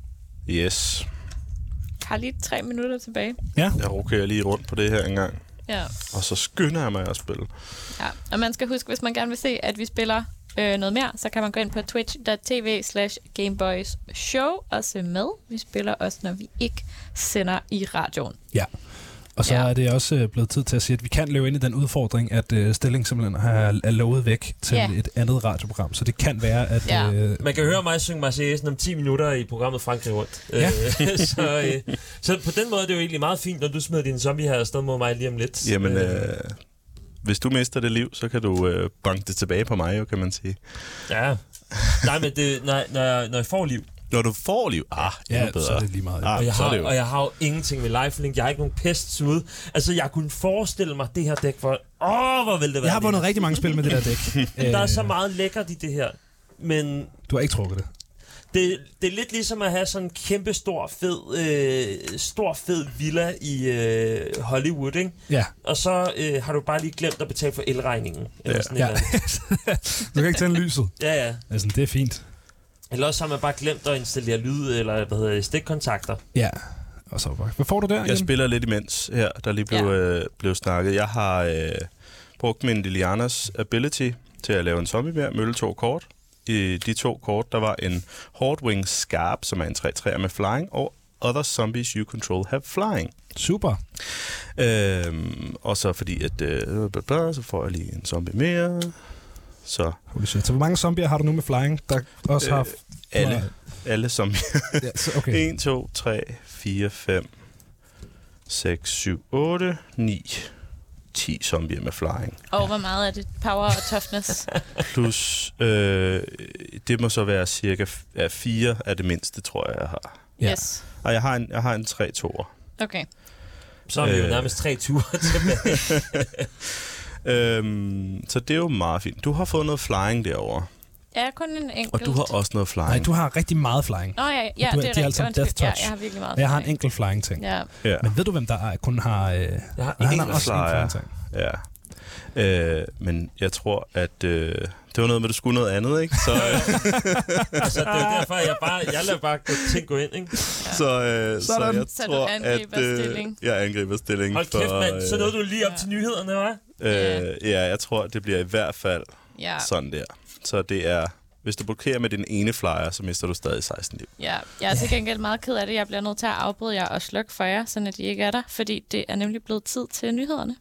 Yes. Jeg har lige tre minutter tilbage. Ja. Jeg rokerer lige rundt på det her engang. Ja. Og så skynder jeg mig at spille. Ja. Og man skal huske, hvis man gerne vil se, at vi spiller øh, noget mere, så kan man gå ind på twitch punktum tv slash gameboys show og se med. Vi spiller også, når vi ikke sender i radioen. Ja. Og så Ja. er det også øh, blevet tid til at sige, at vi kan løbe ind i den udfordring, at øh, Stilling simpelthen har, er lovet væk til Ja. et andet radioprogram. Så det kan være, at... Ja. Øh, Man kan høre mig synge Marseillesen om ti minutter i programmet Frankrig rundt. Ja. Øh, så, øh, så på den måde er det jo egentlig meget fint, når du smider din zombie her afsted mod mig lige om lidt. Jamen, øh, hvis du mister det liv, så kan du øh, banke det tilbage på mig, jo, kan man sige. Ja. Nej, men det, når, når, jeg, når jeg får liv, Når du får liv, ah, endnu ja, bedre. så er det lige meget. Ah, og jeg, så er har, det jo. og jeg har jo ingenting med lifelink, jeg har ikke nogen pests ude. Altså, jeg kunne forestille mig det her dæk for... Åh, hvor ville det være. Jeg har vundet rigtig mange spil med det der dæk. Der er Øh, så meget lækkert i det her, men... Du har ikke trukket det. Det, det er lidt ligesom at have sådan en kæmpe stor fed, øh, stor fed villa i øh, Hollywood, ikke? Ja. Og så øh, har du bare lige glemt at betale for elregningen. Eller Ja. sådan ja. et eller andet. Du kan ikke tænde lyset. Ja, ja. Altså, det er fint. Eller også har man bare glemt at installere lyd, eller hvad hedder det, stikkontakter. Ja. Og så, hvad får du der? Jeg igen? spiller lidt imens her, der lige blev, Ja. øh, blev snakket. Jeg har øh, brugt min Lilianas ability til at lave en zombie mere, mølle to kort. I de to kort, der var en Hordwing Scarp, som er en tre tre med flying, og Other Zombies You Control Have Flying. Super. Øhm, og så fordi, at øh, så får jeg lige en zombie mere. Så Holy shit. Så hvor mange zombier har du nu med flying, der også Øh, har... alle, alle zombier. Ja, så, okay. en, to, tre, fire, fem, seks, syv, otte, ni, ti zombier med flying. Og hvor meget er det? Power og toughness? Plus, øh, det må så være cirka f- ja, fire af det mindste, tror jeg, jeg har. Ja. Yes. Og jeg har en, jeg har en tre toer. Okay. Så er vi jo Øh. nærmest tre ture tilbage. øhm, så det er jo meget fint. Du har fået noget flying derovre, Jeg er kun en enkelt. og du har også noget flying. Nej, du har rigtig meget flying. Nå ja, ja Og du er- det er de er alle rigtigt. sammen Undskyld. death Ja, touch. jeg har virkelig meget. Og jeg har en flying. enkelt flying ting. Ja. Ja. Men ved du, hvem der er, kun har... Øh, Jeg har nej, han ikke har også en flyer. flying ting. Ja. Øh, men jeg tror, at øh, det var noget med, at du skulle noget andet, ikke? Så, øh, Altså, det er derfor, jeg bare, jeg lader bare gå, ting gå ind, ikke? så, øh, så jeg Så du tror, angriber at øh, stilling. jeg angriber stilling. Hold kæft, for, mand. Så øh, nåede du lige op Ja. til nyhederne, hva'? Øh, ja, jeg tror, det bliver i hvert fald Ja. sådan der. Så det er, hvis du blokerer med din ene flyer, så mister du stadig seksten liv. Ja, jeg er til gengæld meget ked af det. Jeg bliver nødt til at afbryde jer og slukke for jer, så at I ikke er der, fordi det er nemlig blevet tid til nyhederne.